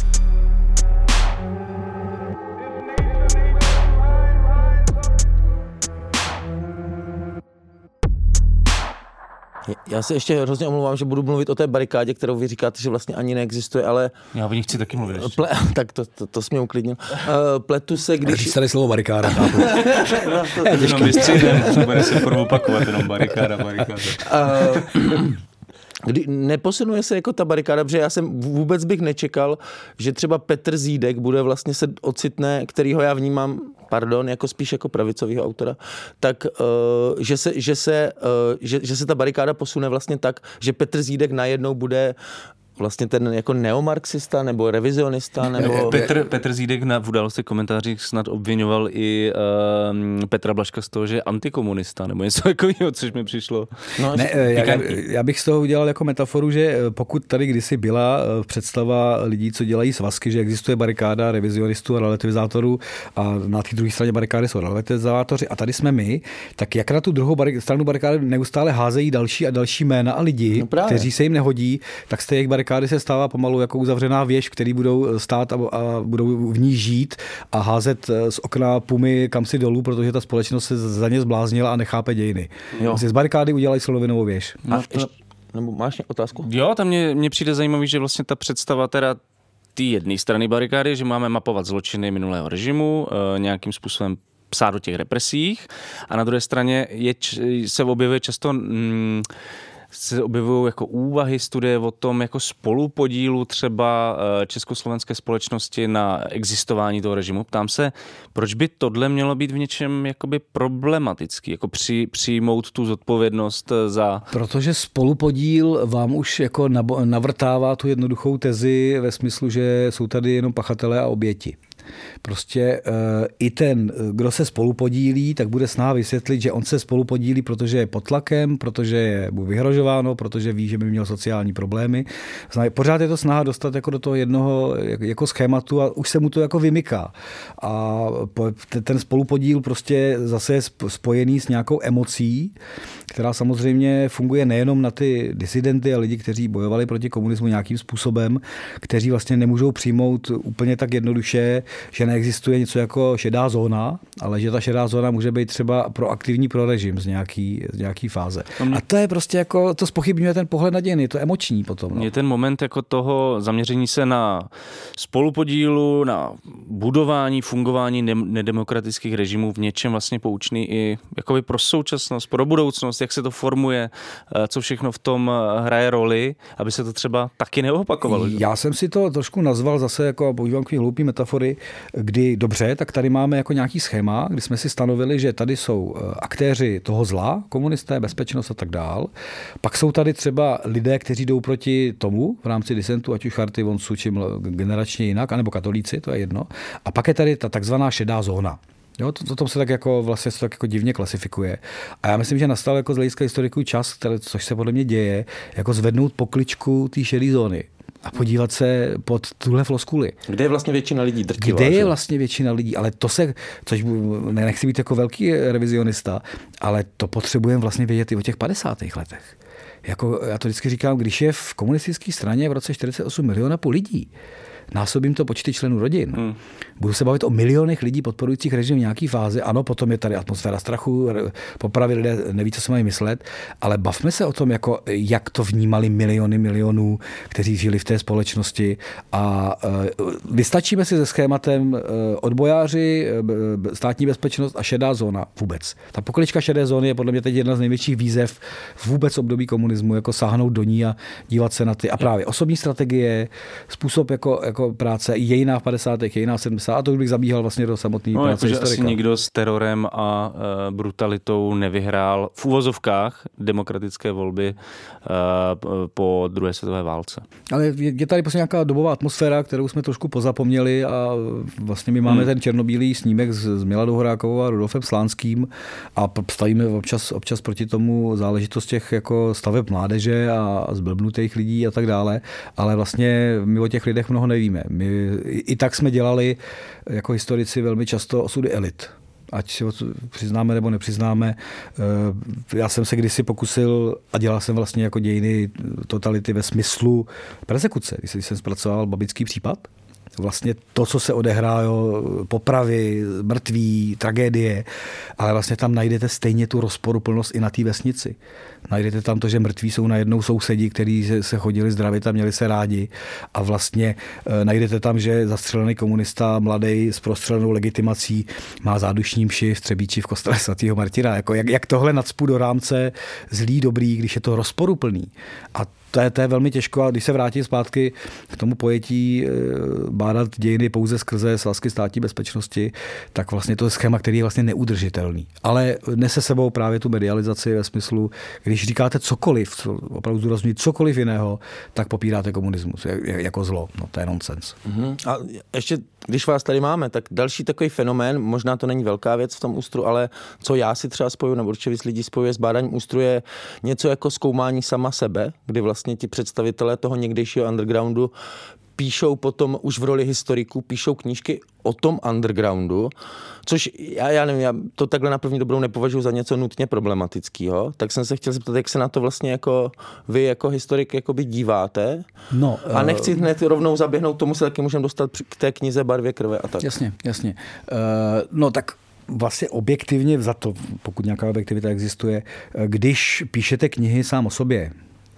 Já se ještě hrozně omlouvám, že budu mluvit o té barikádě, kterou vy říkáte, že vlastně ani neexistuje, ale... Já o ní chci taky mluvit. Tak to jsi mě uklidnil. Pletu se, když... Když tady slovo barikáda. Jenom vystřídem, bude se furt opakovat, jenom barikáda. Neposunuje se jako ta barikáda, protože já jsem vůbec bych nečekal, že třeba Petr Zídek bude vlastně se ocitne, kterýho já vnímám, jako spíš jako pravicovýho autora, tak že se ta barikáda posune vlastně tak, že Petr Zídek najednou bude vlastně ten jako neomarxista nebo revizionista nebo... Petr Zídek v Událostech komentářích snad obvinoval i Petra Blažka z toho, že je antikomunista nebo něco takového, což mi přišlo. No, ne, já bych z toho udělal jako metaforu, že pokud tady kdysi byla představa lidí, co dělají svazky, že existuje barikáda revizionistů a relativizátorů a na té druhé straně barikády jsou relativizátoři a tady jsme my, tak jak na tu druhou stranu barikády neustále házejí další a další jména a lidi, kteří se jim nehodí, tak z těch barikády se stává pomalu jako uzavřená věž, který budou stát a budou v ní žít a házet z okna pumy kamsi dolů, protože ta společnost se za ně zbláznila a nechápe dějiny. Z barikády udělají slonovinovou věž. Nebo máš otázku? Jo, tam mě přijde zajímavý, že vlastně ta představa teda té jedné strany barikády, že máme mapovat zločiny minulého režimu, nějakým způsobem psát do těch represích a na druhé straně se objevuje často se objevují jako úvahy, studie o tom jako spolupodílu třeba československé společnosti na existování toho režimu. Ptám se, proč by tohle mělo být v něčem jakoby problematický, jako přijmout tu zodpovědnost za... Protože spolupodíl vám už jako navrtává tu jednoduchou tezi ve smyslu, že jsou tady jenom pachatelé a oběti. Prostě i ten, kdo se spolupodílí, tak bude snaha vysvětlit, že on se spolupodílí, protože je pod tlakem, protože je mu vyhrožováno, protože ví, že by měl sociální problémy. Pořád je to snaha dostat jako do toho jednoho jako schématu a už se mu to jako vymyká. A ten spolupodíl prostě zase je spojený s nějakou emocí, která samozřejmě funguje nejenom na ty disidenty a lidi, kteří bojovali proti komunismu nějakým způsobem, kteří vlastně nemůžou přijmout úplně tak jednoduše, že neexistuje něco jako šedá zóna, ale že ta šedá zóna může být třeba proaktivní pro režim z nějaký fáze. A to je prostě jako, to zpochybňuje ten pohled na dějiny, je to emoční potom. No. Je ten moment jako toho zaměření se na spolupodílu, na budování, fungování nedemokratických režimů v něčem vlastně poučný i jakoby pro současnost, pro budoucnost, jak se to formuje, co všechno v tom hraje roli, aby se to třeba taky neopakovalo. Já jsem si to trošku nazval zase, jako používám takový hloupý metafory, kdy dobře, tak tady máme jako nějaký schéma, kdy jsme si stanovili, že tady jsou aktéři toho zla, komunisté, bezpečnost a tak dál. Pak jsou tady třeba lidé, kteří jdou proti tomu v rámci disentu, ať už Charty Vonsu, či generačně jinak, anebo katolíci, to je jedno. A pak je tady ta takzvaná šedá zóna. Jo, to se tak jako vlastně se tak jako divně klasifikuje. A já myslím, že nastal jako z hlediska historiků čas, což se podle mě děje, jako zvednout pokličku té šedé zóny a podívat se pod tuhle floskuli. Kde je vlastně většina lidí drtivá? Kde je vlastně většina lidí? Ale to se, což nechci být jako velký revizionista, ale to potřebujeme vlastně vědět i o těch 50. letech. Jako já to vždycky říkám, když je v komunistické straně v roce 48 milionů lidí, násobím to počty členů rodin. Budu se bavit o milionech lidí podporujících režim v nějaký fázi. Ano, potom je tady atmosféra strachu, popravy, lidé neví, co se mají myslet, ale bavme se o tom, jako, jak to vnímali milionů, kteří žili v té společnosti a vystačíme si se schématem odbojáři, státní bezpečnost a šedá zóna vůbec. Ta poklička šedé zóny je podle mě teď jedna z největších výzev vůbec období komunismu, jako sáhnout do ní a dívat se na ty a právě osobní strategie, způsob jako práce, jejiná v 50. jejiná v 70. A to bych zabíhal vlastně do samotné práce historika. Asi nikdo s terorem a brutalitou nevyhrál v uvozovkách demokratické volby po druhé světové válce. Ale je tady prostě nějaká dobová atmosféra, kterou jsme trošku pozapomněli a vlastně my máme ten černobílý snímek s Miladou Horákovou a Rudolfem Slánským a stavíme občas proti tomu záležitost těch jako staveb mládeže a zblbnutých lidí a tak dále, ale vlastně my o těch lidech mnoho nevíme. My i tak jsme dělali jako historici velmi často osudy elit. Ať si přiznáme nebo nepřiznáme. Já jsem se kdysi pokusil a dělal jsem vlastně jako dějiny totality ve smyslu persekuce, když jsem zpracoval babický případ. Vlastně to, co se odehrálo, popravy, mrtví, tragédie, ale vlastně tam najdete stejně tu rozporuplnost i na té vesnici. Najdete tam to, že mrtví jsou najednou sousedi, kteří se chodili zdravit a měli se rádi a vlastně najdete tam, že zastřelený komunista, mladý s prostřelenou legitimací má zádušní mši v Třebíči v kostele svatého Martina. Jako jak tohle nacpu do rámce zlý, dobrý, když je to rozporuplný. A to je velmi těžko a když se vrátím zpátky k tomu pojetí bádat dějiny pouze skrze svazky státní bezpečnosti, tak vlastně to je schéma, který je vlastně neudržitelný. Ale nese sebou právě tu medializaci ve smyslu, když říkáte cokoliv, opravdu zdůrazňuji cokoliv jiného, tak popíráte komunismus jako zlo. No to je nonsens. A ještě, když vás tady máme, tak další takový fenomén, možná to není velká věc v tom ústru, ale co já si třeba spojuji, nebo určitě víc lidí spojuje s bádáním ústru, je něco jako zkoumání sama sebe, kdy vlastně ti představitelé toho někdejšího undergroundu píšou potom už v roli historiků, píšou knížky o tom undergroundu, což já nevím, já to takhle na první dobrou nepovažuji za něco nutně problematického, tak jsem se chtěl zeptat, jak se na to vlastně jako vy jako historik jakoby díváte. No, a nechci hned rovnou zaběhnout, tomu se taky můžeme dostat k té knize Barvě krve a tak. Jasně. No tak vlastně objektivně za to, pokud nějaká objektivita existuje, když píšete knihy sám o sobě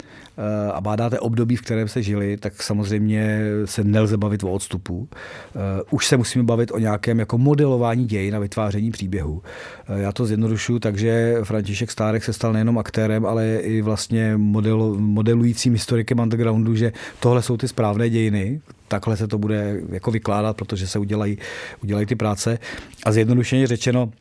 a bádáte období, v kterém se žili, tak samozřejmě se nelze bavit o odstupu. Už se musíme bavit o nějakém jako modelování dějin a vytváření příběhu. Já to zjednodušuji, takže František Stárek se stal nejenom aktérem, ale i vlastně modelujícím historikem undergroundu, že tohle jsou ty správné dějiny, takhle se to bude jako vykládat, protože se udělají ty práce. A zjednodušeně řečeno,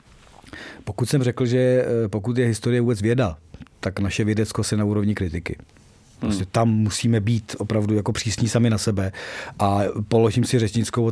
pokud jsem řekl, že pokud je historie vůbec věda, tak naše vědeckost je na úrovni kritiky. Prostě tam musíme být opravdu jako přísní sami na sebe a položím řečnickou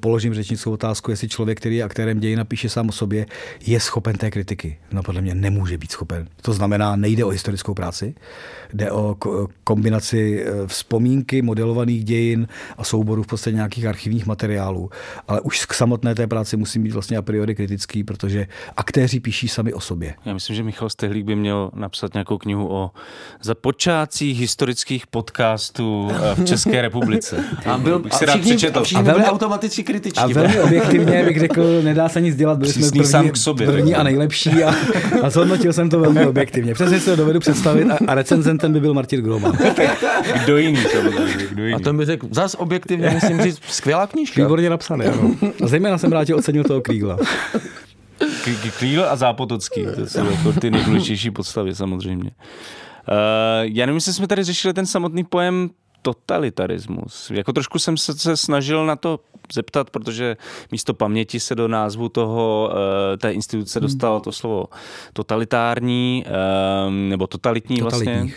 otázku, jestli člověk, který je aktérem dějin, píše sám o sobě, je schopen té kritiky. No podle mě nemůže být schopen. To znamená, nejde o historickou práci, jde o kombinaci vzpomínky, modelovaných dějin a souborů v podstatě nějakých archivních materiálů. Ale už k samotné té práci musí být vlastně a priori kritický, protože aktéři píší sami o sobě. Já myslím, že Michal Stehlík by měl napsat nějakou knihu o počátcích historických podcastů v České republice. A všichni byli automaticky kritičtí. A velmi objektivně bych řekl, nedá se nic dělat, byli jsme první a nejlepší a zhodnotil jsem to velmi objektivně. Přesně si to dovedu představit a recenzentem by byl Martin Groman. Kdo jiný A to by řekl, zas objektivně musím říct, skvělá knížka. Výborně napsané, ano. A zejména jsem rád, že ocenil toho Kriegla. Kriegl a Zápotocký, to jsou jako ty nejdůležitější podstavy samozřejmě. Já nevím, jestli jsme tady řešili ten samotný pojem totalitarismus. Jako trošku jsem se snažil na to zeptat, protože místo paměti se do názvu té instituce dostalo to slovo totalitární, nebo totalitní vlastně.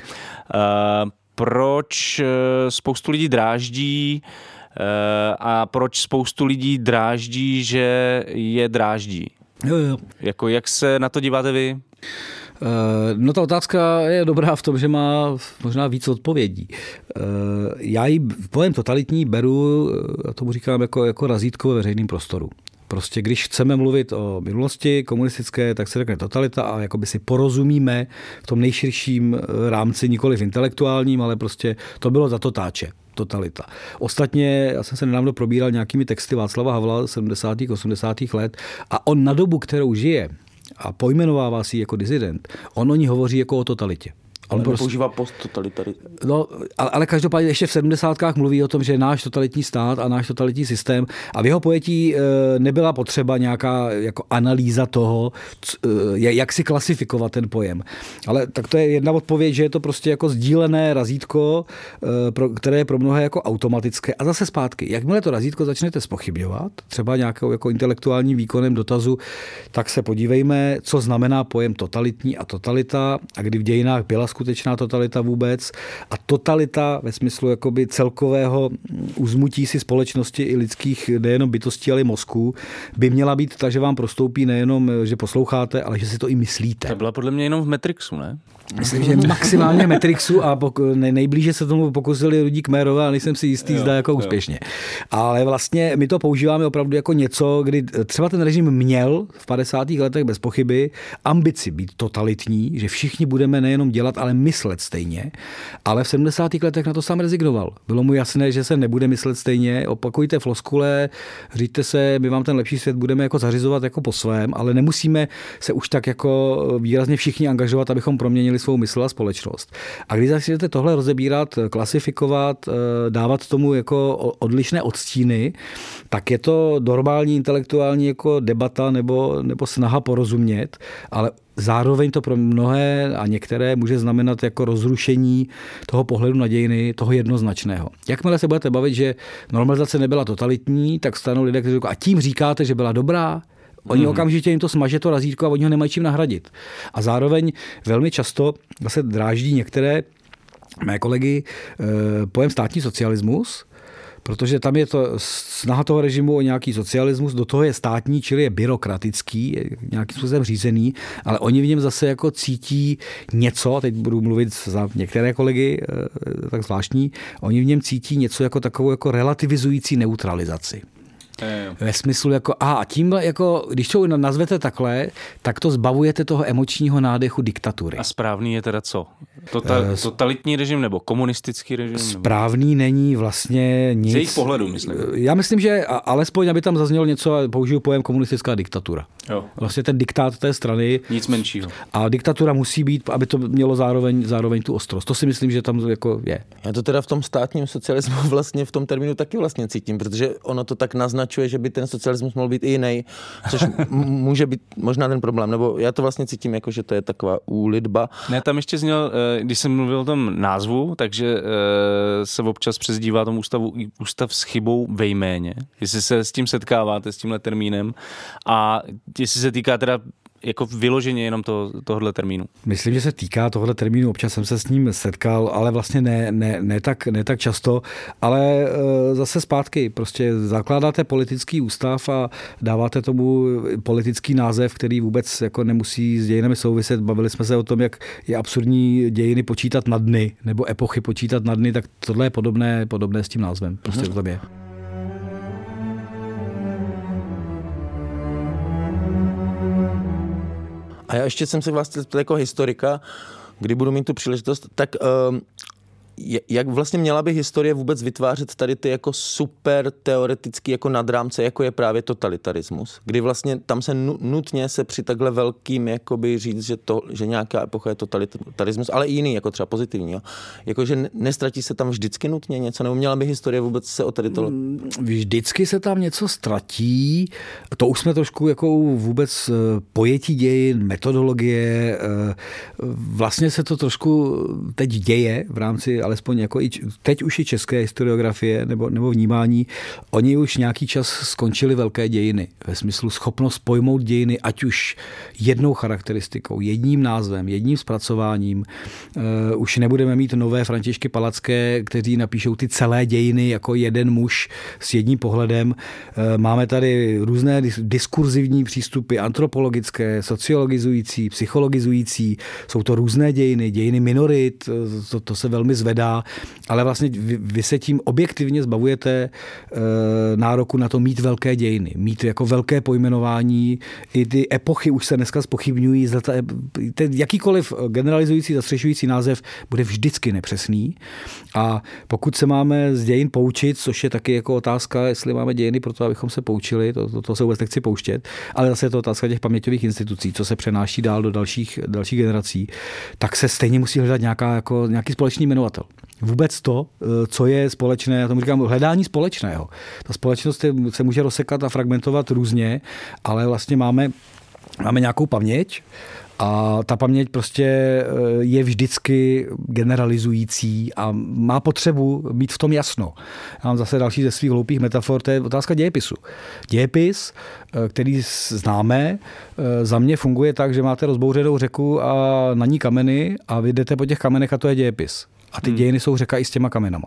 Proč spoustu lidí dráždí a proč spoustu lidí dráždí, že je dráždí? Jo. Jako jak se na to díváte vy? No ta otázka je dobrá v tom, že má možná víc odpovědí. Já ji pojem totalitní beru, a tomu říkám jako razítko ve veřejném prostoru. Prostě když chceme mluvit o minulosti komunistické, tak se řekne totalita a jakoby si porozumíme v tom nejširším rámci, nikoli v intelektuálním, ale prostě to bylo za totáče. Totalita. Ostatně, já jsem se nedávno probíral nějakými texty Václava Havla 70. 80. let a on na dobu, kterou žije a pojmenovává si jako disident, on o ní hovoří jako o totalitě. Ale používá posttotalitaritu. No, ale každopádně ještě v 70kách mluví o tom, že náš totalitní stát a náš totalitní systém a v jeho pojetí nebyla potřeba nějaká jako analýza toho, jak si klasifikovat ten pojem. Ale tak to je jedna odpověď, že je to prostě jako sdílené razítko, které je pro mnohé jako automatické. A zase zpátky, jakmile to razítko začnete zpochybňovat, třeba nějakou jako intelektuálním výkonem dotazu, tak se podívejme, co znamená pojem totalitní a totalita a kdy v dějinách byla skutečná totalita vůbec a totalita ve smyslu jakoby celkového uzmutí si společnosti i lidských nejenom bytostí, ale i mozků by měla být tak, že vám prostoupí nejenom, že posloucháte, ale že si to i myslíte. To byla podle mě jenom v Matrixu, ne? Myslím, že maximálně Matrixu a nejblíže se tomu pokusili Rudí Kmérové a nejsem si jistý, zda jako úspěšně. Ale vlastně my to používáme opravdu jako něco, kdy třeba ten režim měl v 50. letech bez pochyby ambici být totalitní, že všichni budeme nejenom dělat, ale myslet stejně, ale v 70. letech na to sám rezignoval. Bylo mu jasné, že se nebude myslet stejně, opakujte floskule, říďte se, my vám ten lepší svět budeme jako zařizovat jako po svém, ale nemusíme se už tak jako výrazně všichni angažovat, abychom proměnili svou mysl a společnost. A když začnete tohle rozebírat, klasifikovat, dávat tomu jako odlišné odstíny, tak je to normální intelektuální jako debata nebo snaha porozumět, ale zároveň to pro mnohé a některé může znamenat jako rozrušení toho pohledu na dějiny, toho jednoznačného. Jakmile se budete bavit, že normalizace nebyla totalitní, tak stanou lidé, kteří říkají, a tím říkáte, že byla dobrá? Oni okamžitě jim to smaže to razítko a oni ho nemají čím nahradit. A zároveň velmi často zase dráždí některé mé kolegy pojem státní socialismus, protože tam je to snaha toho režimu o nějaký socialismus, do toho je státní, čili je byrokratický, je nějakým způsobem řízený, ale oni v něm zase jako cítí něco, teď budu mluvit za některé kolegy, tak zvláštní, oni v něm cítí něco jako takovou jako relativizující neutralizaci. Ve smyslu jako, a tímhle jako, když to nazvete takhle, tak to zbavujete toho emočního nádechu diktatury. A správný je teda co? Totalitní režim nebo komunistický režim? Správný není vlastně nic. Z jejich pohledu, myslím. Já myslím, že alespoň, aby tam zaznělo něco, použiju pojem komunistická diktatura. Jo. Vlastně ten diktát té strany. Nic menšího. A diktatura musí být, aby to mělo zároveň tu ostrost. To si myslím, že tam jako je. Já to teda v tom státním socialismu vlastně v tom termínu taky vlastně cítím, protože ono to tak naznačuje, že by ten socialismus mohl být i jiný, což může být možná ten problém, nebo já to vlastně cítím jako, že to je taková úlitba. Ne, tam ještě zněl, když jsem mluvil o tom názvu, takže se občas přezdívá tomu ústav s chybou ve jméně. Jestli se s tím setkáváte, s tímhle termínem a jestli se týká teda jako vyloženě jenom tohohle termínu. Myslím, že se týká tohohle termínu, občas jsem se s ním setkal, ale vlastně ne tak často, ale zase zpátky, prostě zakládáte politický ústav a dáváte tomu politický název, který vůbec jako nemusí s dějinami souviset. Bavili jsme se o tom, jak je absurdní dějiny počítat na dny, nebo epochy počítat na dny, tak tohle je podobné s tím názvem. Prostě to tam je. A já ještě jsem se vás jako historika, kdy budu mít tu příležitost, tak jak vlastně měla by historie vůbec vytvářet tady ty jako super teoretický jako nadrámce, jako je právě totalitarismus, kdy vlastně tam se nutně se při takhle velkým jakoby říct, že nějaká epocha je totalitarismus, ale i jiný, jako třeba pozitivní. Jo? Jakože nestratí se tam vždycky nutně něco, nebo měla by historie vůbec se o tady to... Vždycky se tam něco ztratí, to už jsme trošku jako vůbec pojetí dějin, metodologie, vlastně se to trošku teď děje v rámci alespoň jako i teď už i české historiografie nebo vnímání, oni už nějaký čas skončili velké dějiny. Ve smyslu schopnost pojmout dějiny, ať už jednou charakteristikou, jedním názvem, jedním zpracováním. Už nebudeme mít nové Františky Palacké, kteří napíšou ty celé dějiny jako jeden muž s jedním pohledem. Máme tady různé diskurzivní přístupy, antropologické, sociologizující, psychologizující. Jsou to různé dějiny minorit, to se velmi zvedá, ale vlastně vy se tím objektivně zbavujete nároku na to mít velké dějiny, mít jako velké pojmenování. I ty epochy už se dneska zpochybňují. Jakýkoliv generalizující, zastřešující název bude vždycky nepřesný. A pokud se máme z dějin poučit, což je taky jako otázka, jestli máme dějiny pro to, abychom se poučili, to se vůbec nechci pouštět, ale zase je to otázka těch paměťových institucí, co se přenáší dál do dalších generací, tak se stejně musí hledat nějaký společný jmenovatel. Vůbec to, co je společné, já tomu říkám hledání společného. Ta společnost se může rozsekat a fragmentovat různě, ale vlastně máme nějakou paměť a ta paměť prostě je vždycky generalizující a má potřebu mít v tom jasno. Já mám zase další ze svých hloupých metafor, to je otázka dějepisu. Dějepis, který známe, za mě funguje tak, že máte rozbouřenou řeku a na ní kameny a vy jdete po těch kamenech a to je dějepis. A ty dějiny jsou řeka i s těma kamenama.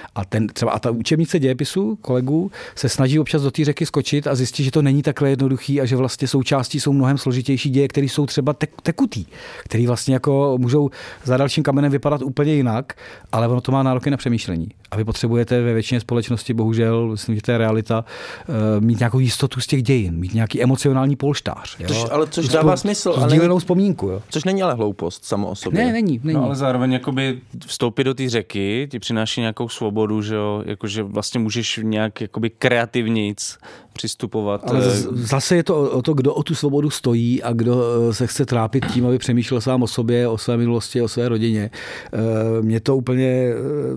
A ta učebnice dějepisu kolegů se snaží občas do té řeky skočit a zjistit, že to není takhle jednoduchý a že vlastně součástí jsou mnohem složitější děje, které jsou třeba tekutý, které vlastně jako můžou za dalším kamenem vypadat úplně jinak, ale ono to má nároky na přemýšlení. A vy potřebujete ve většině společnosti, bohužel, myslím, že to je realita, mít nějakou jistotu z těch dějin, mít nějaký emocionální polštář. Což dává smysl. Sdílenou vzpomínku. Jo. Což není ale hloupost samo o sobě. Ne, není. No, ale zároveň jakoby vstoupit do té řeky ti přináší nějakou svobodu, že jo, jakože vlastně můžeš nějak jakoby kreativnějc přistupovat. Ale zase je to o to, kdo o tu svobodu stojí a kdo se chce trápit tím, aby přemýšlel sám o sobě, o své minulosti, o své rodině. Mě to úplně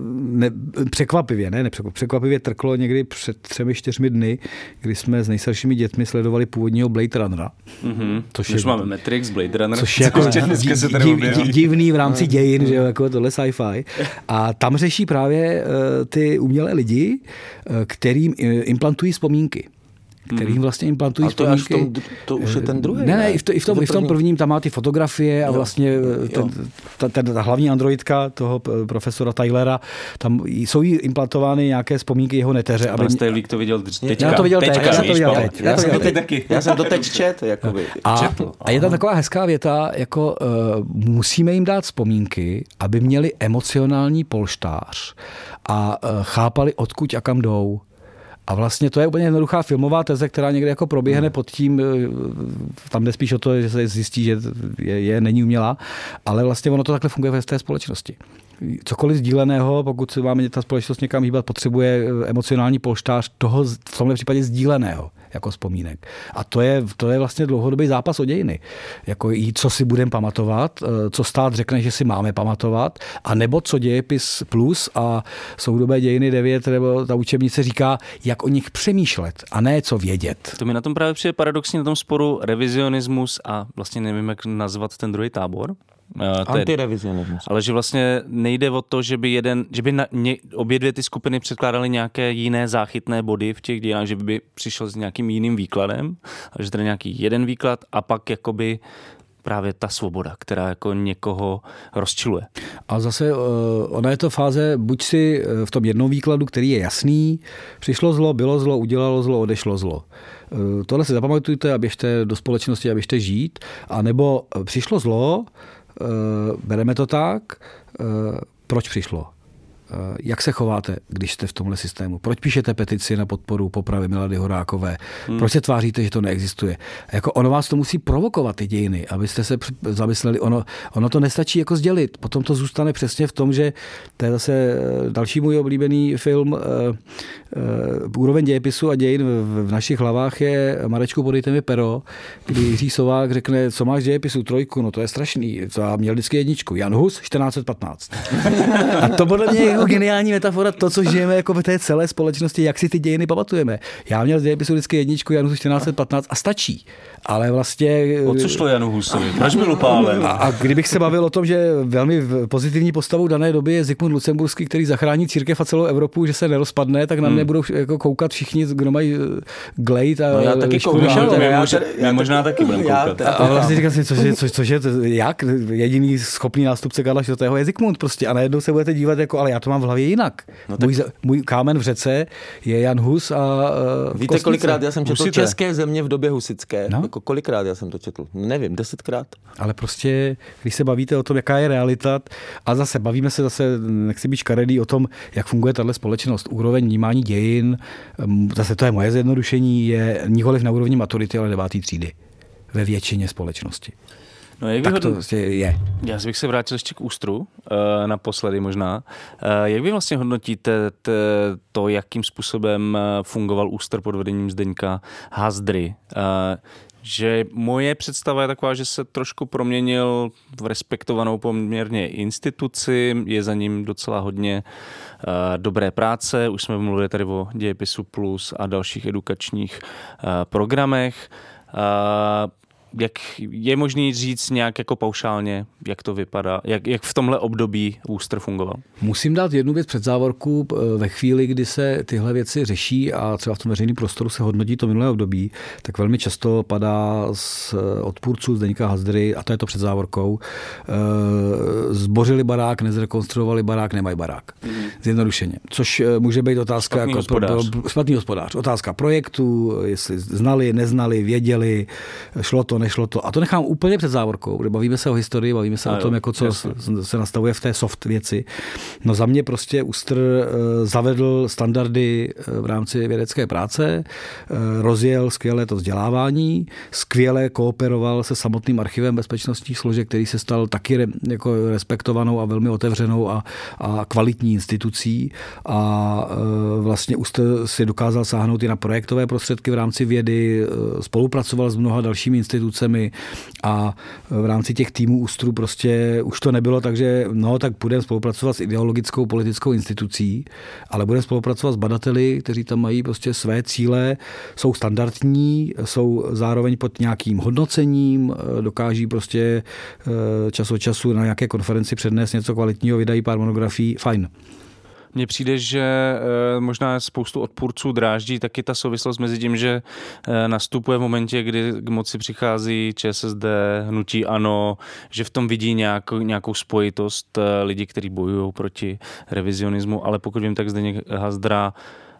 překvapivě trklo někdy před 3-4 dny, kdy jsme s nejstaršími dětmi sledovali původního Blade Runnera. Už máme Matrix, Blade Runner. Což je jako divný v rámci dějin, že jo, jako tohle sci-fi. A tam řeší právě ty umělé lidi, kterým implantují vzpomínky. Kterým vlastně implantují vzpomínky. To už je ten druhý. Ne, i v tom prvním tam má ty fotografie a vlastně ta hlavní androidka toho profesora Tylera, tam jsou jí implantovány nějaké vzpomínky jeho neteře. Pan Stajlík to viděl teďka. Já to viděl teď. Já jsem to teď čet. A je tam taková hezká věta, jako musíme jim dát vzpomínky, aby měli emocionální polštář a chápali, odkud a kam jdou. A vlastně to je úplně jednoduchá filmová teze, která někde jako proběhne pod tím, tam jde spíš o to, že se zjistí, že není umělá, ale vlastně ono to takhle funguje v té společnosti. Cokoliv sdíleného, pokud se máme ta společnost někam hýbat, potřebuje emocionální polštář toho v tomhle případě sdíleného jako vzpomínek. A to je vlastně dlouhodobý zápas o dějiny. Jako co si budeme pamatovat, co stát řekne, že si máme pamatovat, a nebo co dějepis plus a soudobé dějiny 9, nebo ta učebnice říká, jak o nich přemýšlet a ne co vědět. To mi na tom právě přijde paradoxní na tom sporu revizionismus a vlastně nevím, jak nazvat ten druhý tábor. Antirevizionismus. Ale že vlastně nejde o to, že by obě dvě ty skupiny předkládaly nějaké jiné záchytné body v těch dějinách, že by přišel s nějakým jiným výkladem, ale že tady nějaký jeden výklad a pak jakoby právě ta svoboda, která jako někoho rozčiluje. A zase ona je to fáze, buď si v tom jednom výkladu, který je jasný, přišlo zlo, bylo zlo, udělalo zlo, odešlo zlo. Tohle si zapamatujte a běžte do společnosti a běžte žít, a nebo přišlo zlo, bereme to tak, proč přišlo? jak se chováte, když jste v tomhle systému? Proč píšete petici na podporu popravy Milady Horákové? Proč se tváříte, že to neexistuje? Jako ono vás to musí provokovat, ty dějiny, abyste se zamysleli. Ono to nestačí jako sdělit. Potom to zůstane přesně v tom, že to je zase další můj oblíbený film. Úroveň dějepisu a dějin v našich hlavách je Marečku, podejte mi pero, kdy Jiří Sovák řekne, co máš dějepisu, 3, no to je strašný. To já měl vždycky 1. Jan Hus, 1415. A to podle mě je jako geniální metafora, to, co žijeme jako v té celé společnosti, jak si ty dějiny pamatujeme. Já měl z dějepisu vždycky 1, Jan Hus 1415 a stačí. Ale vlastně... O co šlo Janu Husovi? Proč byl upálen? A kdybych se bavil o tom, že velmi pozitivní postavou dané doby je Zikmund Lucemburský, který zachrání církev a celou Evropu, že se nerozpadne, tak na mě budou jako koukat všichni, kdo mají glejt. A já taky koukám. Já možná taky budem koukat. A vlastně říkám si, cože, jak? Jediný schopný nástupce Karla IV. Je Zikmund prostě. A najednou se budete dívat jako, ale já to mám v hlavě jinak. No tak... můj kámen v řece je Jan Hus a víte, Kostnice. kolikrát já jsem četl České země v době husické? No? Jako kolikrát já jsem to četl? Nevím, 10krát. Ale prostě, když se bavíte o tom, jaká je realita, a zase bavíme se nechci být škaredý, o tom, jak funguje tahle společnost, úroveň vnímání dějin, zase to je moje zjednodušení, je nikoliv na úrovni maturity, ale 9. třídy ve většině společnosti. No, tak to vlastně je. Já bych se vrátil ještě k ústru, naposledy možná. Jak vy vlastně hodnotíte to, jakým způsobem fungoval ústr pod vedením Zdeňka Hazdry? Že moje představa je taková, že se trošku proměnil v respektovanou poměrně instituci, je za ním docela hodně dobré práce, už jsme mluvili tady o Dějepisu Plus a dalších edukačních programech. Jak je možný říct nějak jako paušálně, jak to vypadá, jak v tomhle období ústr fungoval? Musím dát jednu věc před závorku. Ve chvíli, kdy se tyhle věci řeší a třeba v tom veřejném prostoru se hodnotí to minulé období, tak velmi často padá z odpůrců Zdeňka Hazdry, a to je to před závorkou, zbořili barák, nezrekonstruovali barák, nemají barák. Zjednodušeně. Což může být otázka špatný hospodář. Otázka projektu, jestli znali, neznali, věděli, šlo to, nešlo to. A to nechám úplně před závorkou, kde bavíme se o historii, bavíme se o tom, jako co se nastavuje v té soft věci. No za mě prostě ústr zavedl standardy v rámci vědecké práce, rozjel skvěle to vzdělávání, skvěle kooperoval se samotným archivem bezpečnostních složek, který se stal taky jako respektovanou a velmi otevřenou a kvalitní institucí. A vlastně ústr si dokázal sáhnout i na projektové prostředky v rámci vědy, spolupracoval s mnoha dalšími institucemi a v rámci těch týmů ústru prostě už to nebylo tak, že tak budeme spolupracovat s ideologickou politickou institucí, ale budeme spolupracovat s badateli, kteří tam mají prostě své cíle, jsou standardní, jsou zároveň pod nějakým hodnocením, dokáží prostě čas od času na nějaké konferenci přednést něco kvalitního, vydají pár monografií, fajn. Mně přijde, že možná spoustu odpůrců dráždí taky ta souvislost mezi tím, že nastupuje v momentě, kdy k moci přichází ČSSD, hnutí ANO, že v tom vidí nějakou spojitost lidí, kteří bojují proti revizionismu, ale pokud vím, tak Zdeněk Hazdra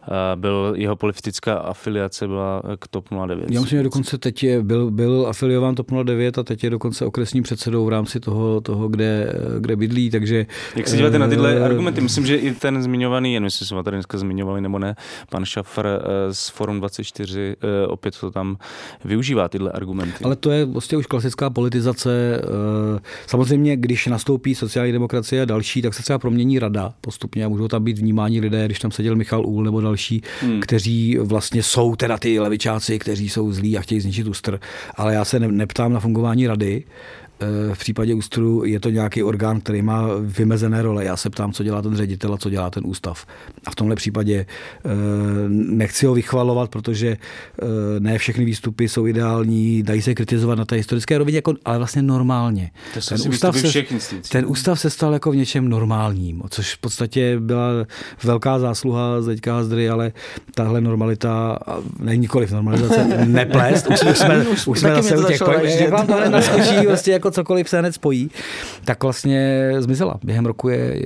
jeho politická afiliace byla k TOP 09. Já myslím, že dokonce teď byl afiliován TOP 09 a teď je dokonce okresním předsedou v rámci toho kde bydlí, takže... Jak se díváte na tyhle argumenty? Myslím, že i ten zmiňovaný, jen jestli jsme tady dneska zmiňovali nebo ne, pan Šafr z Forum 24 opět to tam využívá, tyhle argumenty. Ale to je vlastně už klasická politizace. Samozřejmě, když nastoupí sociální demokracie a další, tak se třeba promění rada postupně a můžou tam být vnímáni lidé, když tam seděl Michal Úhl nebo další, kteří vlastně jsou teda ty levičáci, kteří jsou zlí a chtějí zničit ústr. Ale já se neptám na fungování rady. V případě ústru je to nějaký orgán, který má vymezené role. Já se ptám, co dělá ten ředitel a co dělá ten ústav. A v tomhle případě nechci ho vychvalovat, protože ne všechny výstupy jsou ideální, dají se kritizovat na té historické rovině, ale vlastně normálně. Ten ústav se stal jako v něčem normálním, což v podstatě byla velká zásluha Zdeňka Hazdry, ale tahle normalita, nikoliv normalizace, neplést. Už jsme zase u těch, jak vám to naskočí, vlastně jako jako cokoliv se hned spojí, tak vlastně zmizela. Během roku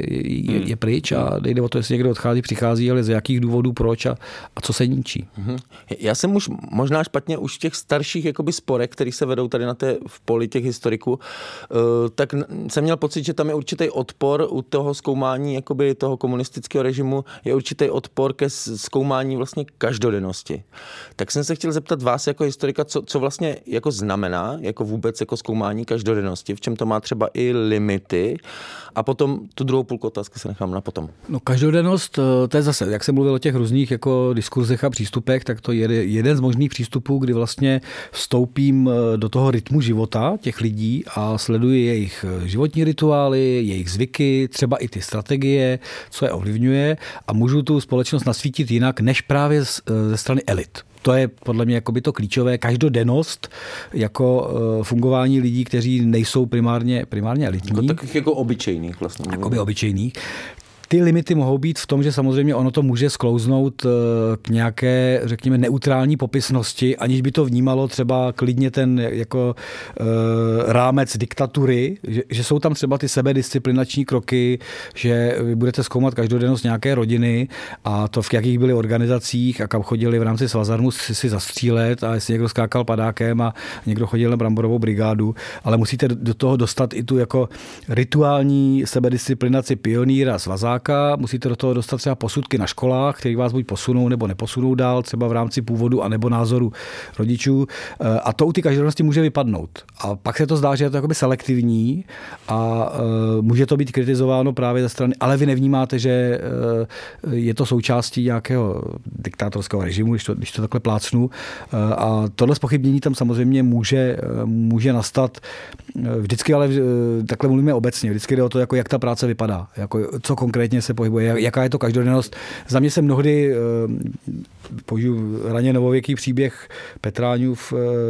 je pryč a nejde o to, jestli někdo odchází, přichází, ale z jakých důvodů, proč a co se ničí. Já jsem už možná špatně už v těch starších jakoby sporech, které se vedou tady v poli těch historiků, tak jsem měl pocit, že tam je určitý odpor u toho zkoumání jakoby toho komunistického režimu, je určitý odpor ke zkoumání vlastně každodennosti. Tak jsem se chtěl zeptat vás jako historika, co vlastně jako znamená, jako vůbec jako zkoumání každodennosti, v čem to má třeba i limity, a potom tu druhou půlku otázky se nechám na potom. No každodennost, to je zase, jak jsem mluvil o těch různých jako diskurzech a přístupech, tak to je jeden z možných přístupů, kdy vlastně vstoupím do toho rytmu života těch lidí a sleduji jejich životní rituály, jejich zvyky, třeba i ty strategie, co je ovlivňuje, a můžu tu společnost nasvítit jinak, než právě ze strany elit. To je podle mě jakoby to klíčové, každodennost jako fungování lidí, kteří nejsou primárně elitní. Tak jako obyčejných vlastně. Jakoby obyčejných. Ty limity mohou být v tom, že samozřejmě ono to může sklouznout k nějaké, řekněme, neutrální popisnosti, aniž by to vnímalo třeba klidně ten jako rámec diktatury, že jsou tam třeba ty sebedisciplinační kroky, že vy budete zkoumat každodennost nějaké rodiny a to v jakých byly organizacích a kam chodili v rámci svazarmu si zastřílet a jestli někdo skákal padákem a někdo chodil na bramborovou brigádu, ale musíte do toho dostat i tu jako rituální sebedisciplinaci pionýra, svazáka, musíte do toho dostat třeba posudky na školách, které vás buď posunou nebo neposunou dál, třeba v rámci původu anebo názoru rodičů. A to u ty každodennosti může vypadnout. A pak se to zdá, že je to jakoby selektivní a může to být kritizováno právě ze strany, ale vy nevnímáte, že je to součástí nějakého diktátorského režimu, když to takhle plácnu. A tohle zpochybnění tam samozřejmě může nastat vždycky, ale takhle mluvíme obecně. Vždycky jde o to, jako jak ta práce vypadá, jako co konkrétně se pohybuje, jaká je to každodennost. Za mě se mnohdy použiju raně novověký příběh Petráňův,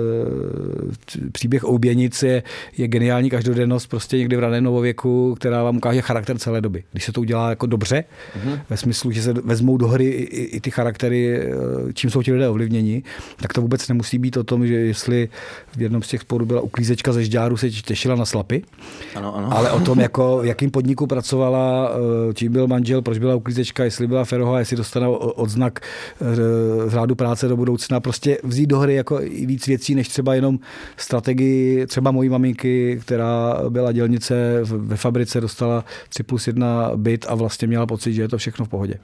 příběh Ouběnic je geniální každodennost prostě někdy v raném novověku, která vám ukáže charakter celé doby. Když se to udělá jako dobře, ve smyslu, že se vezmou do hry i ty charaktery, čím jsou ti lidé ovlivněni, tak to vůbec nemusí být o tom, že jestli v jednom z těch sporů byla uklízečka ze Žďáru, se těšila na slapy, ano. Ale o tom, jako v jakým podniku pracovala, čím byl manžel, proč byla uklízečka, jestli byla feroha, jestli dostala odznak z řádu práce do budoucna, prostě vzít do hry jako i víc věcí, než třeba jenom strategii třeba mojí maminky, která byla dělnice ve fabrice, dostala 3+1 byt a vlastně měla pocit, že je to všechno v pohodě.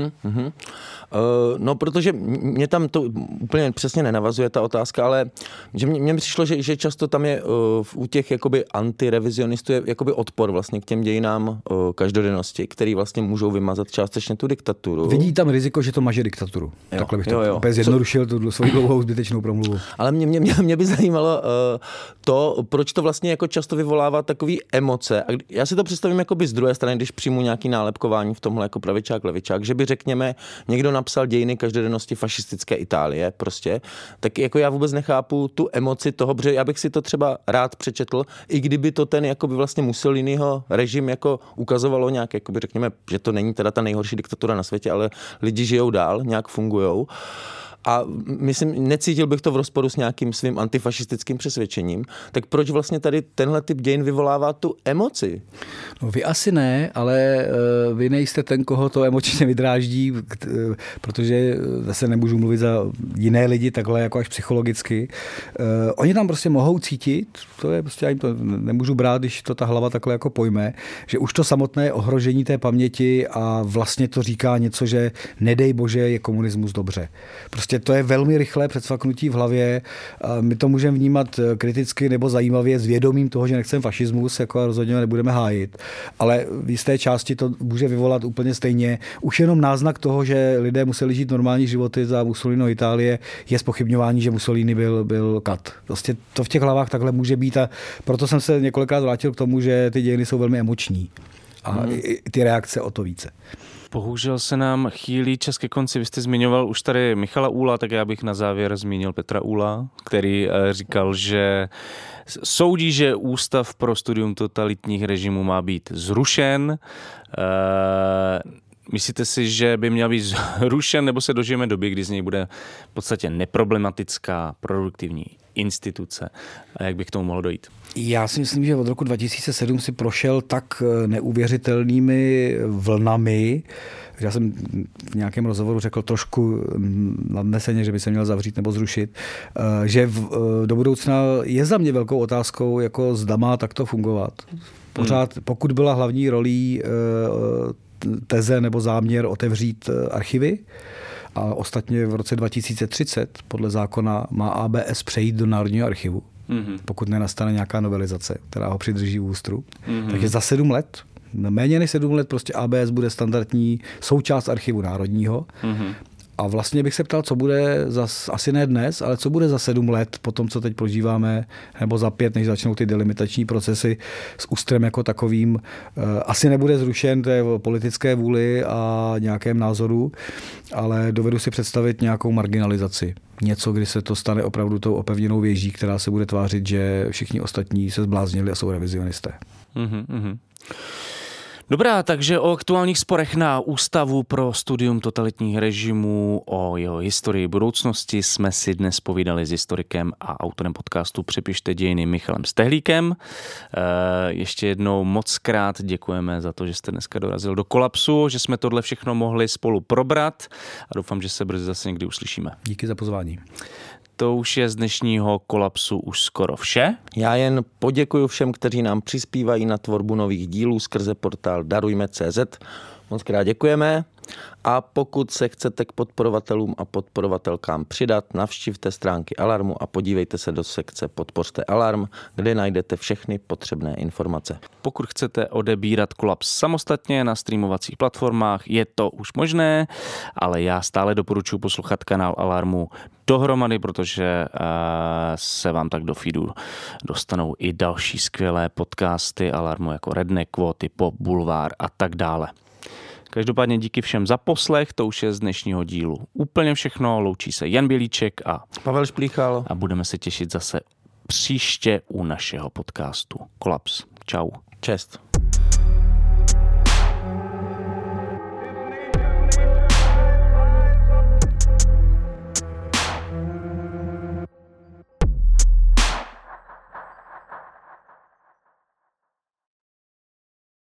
No, protože mě tam to úplně přesně nenavazuje ta otázka, ale že mně přišlo, že často tam je u těch jakoby antirevizionistů je jakoby odpor vlastně k těm dějinám každodennosti, který vlastně můžou vymazat částečně tu diktaturu. Vidí tam riziko, že to maže diktaturu. Takhle bych to úplně zjednodušil tu svoji dlouhou zbytečnou promluvu. Ale mě by zajímalo to, proč to vlastně jako často vyvolává takový emoce. A já si to představím jakoby z druhé strany, když přijmu nějaký nálepkování v tomhle jako pravičák, levičák, že by řekněme, někdo napsal dějiny každodennosti fašistické Itálie prostě, tak jako já vůbec nechápu tu emoci toho, protože já bych si to třeba rád přečetl, i kdyby to ten jakoby vlastně Mussoliniho režim jako ukazovalo nějak, jakoby řekněme, že to není teda ta nejhorší diktatura na světě, ale lidi žijou dál, nějak fungujou. A myslím, necítil bych to v rozporu s nějakým svým antifašistickým přesvědčením. Tak proč vlastně tady tenhle typ dějin vyvolává tu emoci? No vy asi ne, ale vy nejste ten, koho to emočně vydráždí, protože zase nemůžu mluvit za jiné lidi takhle jako až psychologicky. Oni tam prostě mohou cítit, to je prostě, já jim to nemůžu brát, když to ta hlava takhle jako pojme, že už to samotné ohrožení té paměti a vlastně to říká něco, že nedej bože je komunismus dobře. Prostě to je velmi rychlé předsvaknutí v hlavě. My to můžeme vnímat kriticky nebo zajímavě s vědomím toho, že nechceme fašismus, jako rozhodně nebudeme hájit. Ale v jisté části to může vyvolat úplně stejně. Už jenom náznak toho, že lidé museli žít normální životy za Mussoliniho Itálie, je zpochybňování, že Mussolini byl kat. Prostě to v těch hlavách takhle může být a proto jsem se několikrát vrátil k tomu, že ty dějiny jsou velmi emoční. A i ty reakce o to více. Bohužel se nám chýlí čas ke konci. Vy jste zmiňoval už tady Michala Úla, tak já bych na závěr zmínil Petra Úla, který říkal, že soudí, že Ústav pro studium totalitních režimů má být zrušen. Myslíte si, že by měl být zrušen, nebo se dožijeme doby, kdy z něj bude v podstatě neproblematická, produktivní instituce? A jak by k tomu mohlo dojít? Já si myslím, že od roku 2007 si prošel tak neuvěřitelnými vlnami, že já jsem v nějakém rozhovoru řekl trošku nadneseně, že by se měl zavřít nebo zrušit, že do budoucna je za mě velkou otázkou, jako zda má takto fungovat. Pořád, pokud byla hlavní rolí teze nebo záměr otevřít archivy, a ostatně v roce 2030 podle zákona má ABS přejít do Národního archivu, pokud nenastane nějaká novelizace, která ho přidrží v ústru. Takže za 7 let, méně než 7 let, prostě ABS bude standardní součást archivu národního. A vlastně bych se ptal, co bude asi ne dnes, ale co bude za 7 let po tom, co teď prožíváme, nebo za 5, než začnou ty delimitační procesy s ústrem jako takovým. Asi nebude zrušen, to je o politické vůli a nějakém názoru, ale dovedu si představit nějakou marginalizaci. Něco, kdy se to stane opravdu tou opevněnou věží, která se bude tvářit, že všichni ostatní se zbláznili a jsou revizionisté. Dobrá, takže o aktuálních sporech na Ústavu pro studium totalitních režimů, o jeho historii budoucnosti jsme si dnes povídali s historikem a autorem podcastu Přepište dějiny Michalem Stehlíkem. Ještě jednou moc krát děkujeme za to, že jste dneska dorazil do Kolapsu, že jsme tohle všechno mohli spolu probrat a doufám, že se brzy zase někdy uslyšíme. Díky za pozvání. To už je z dnešního Kolapsu už skoro vše. Já jen poděkuji všem, kteří nám přispívají na tvorbu nových dílů skrze portál darujme.cz. Moc krát děkujeme. A pokud se chcete k podporovatelům a podporovatelkám přidat, navštivte stránky Alarmu a podívejte se do sekce Podpořte Alarm, kde najdete všechny potřebné informace. Pokud chcete odebírat Kolaps samostatně na streamovacích platformách, je to už možné, ale já stále doporučuji poslouchat kanál Alarmu dohromady, protože se vám tak do feedu dostanou i další skvělé podcasty Alarmu jako Redneck, Kvóty, Pop, Bulvár a tak dále. Každopádně díky všem za poslech, to už je z dnešního dílu úplně všechno, loučí se Jan Bělíček a Pavel Šplíchal a budeme se těšit zase příště u našeho podcastu Kolaps. Čau. Čest.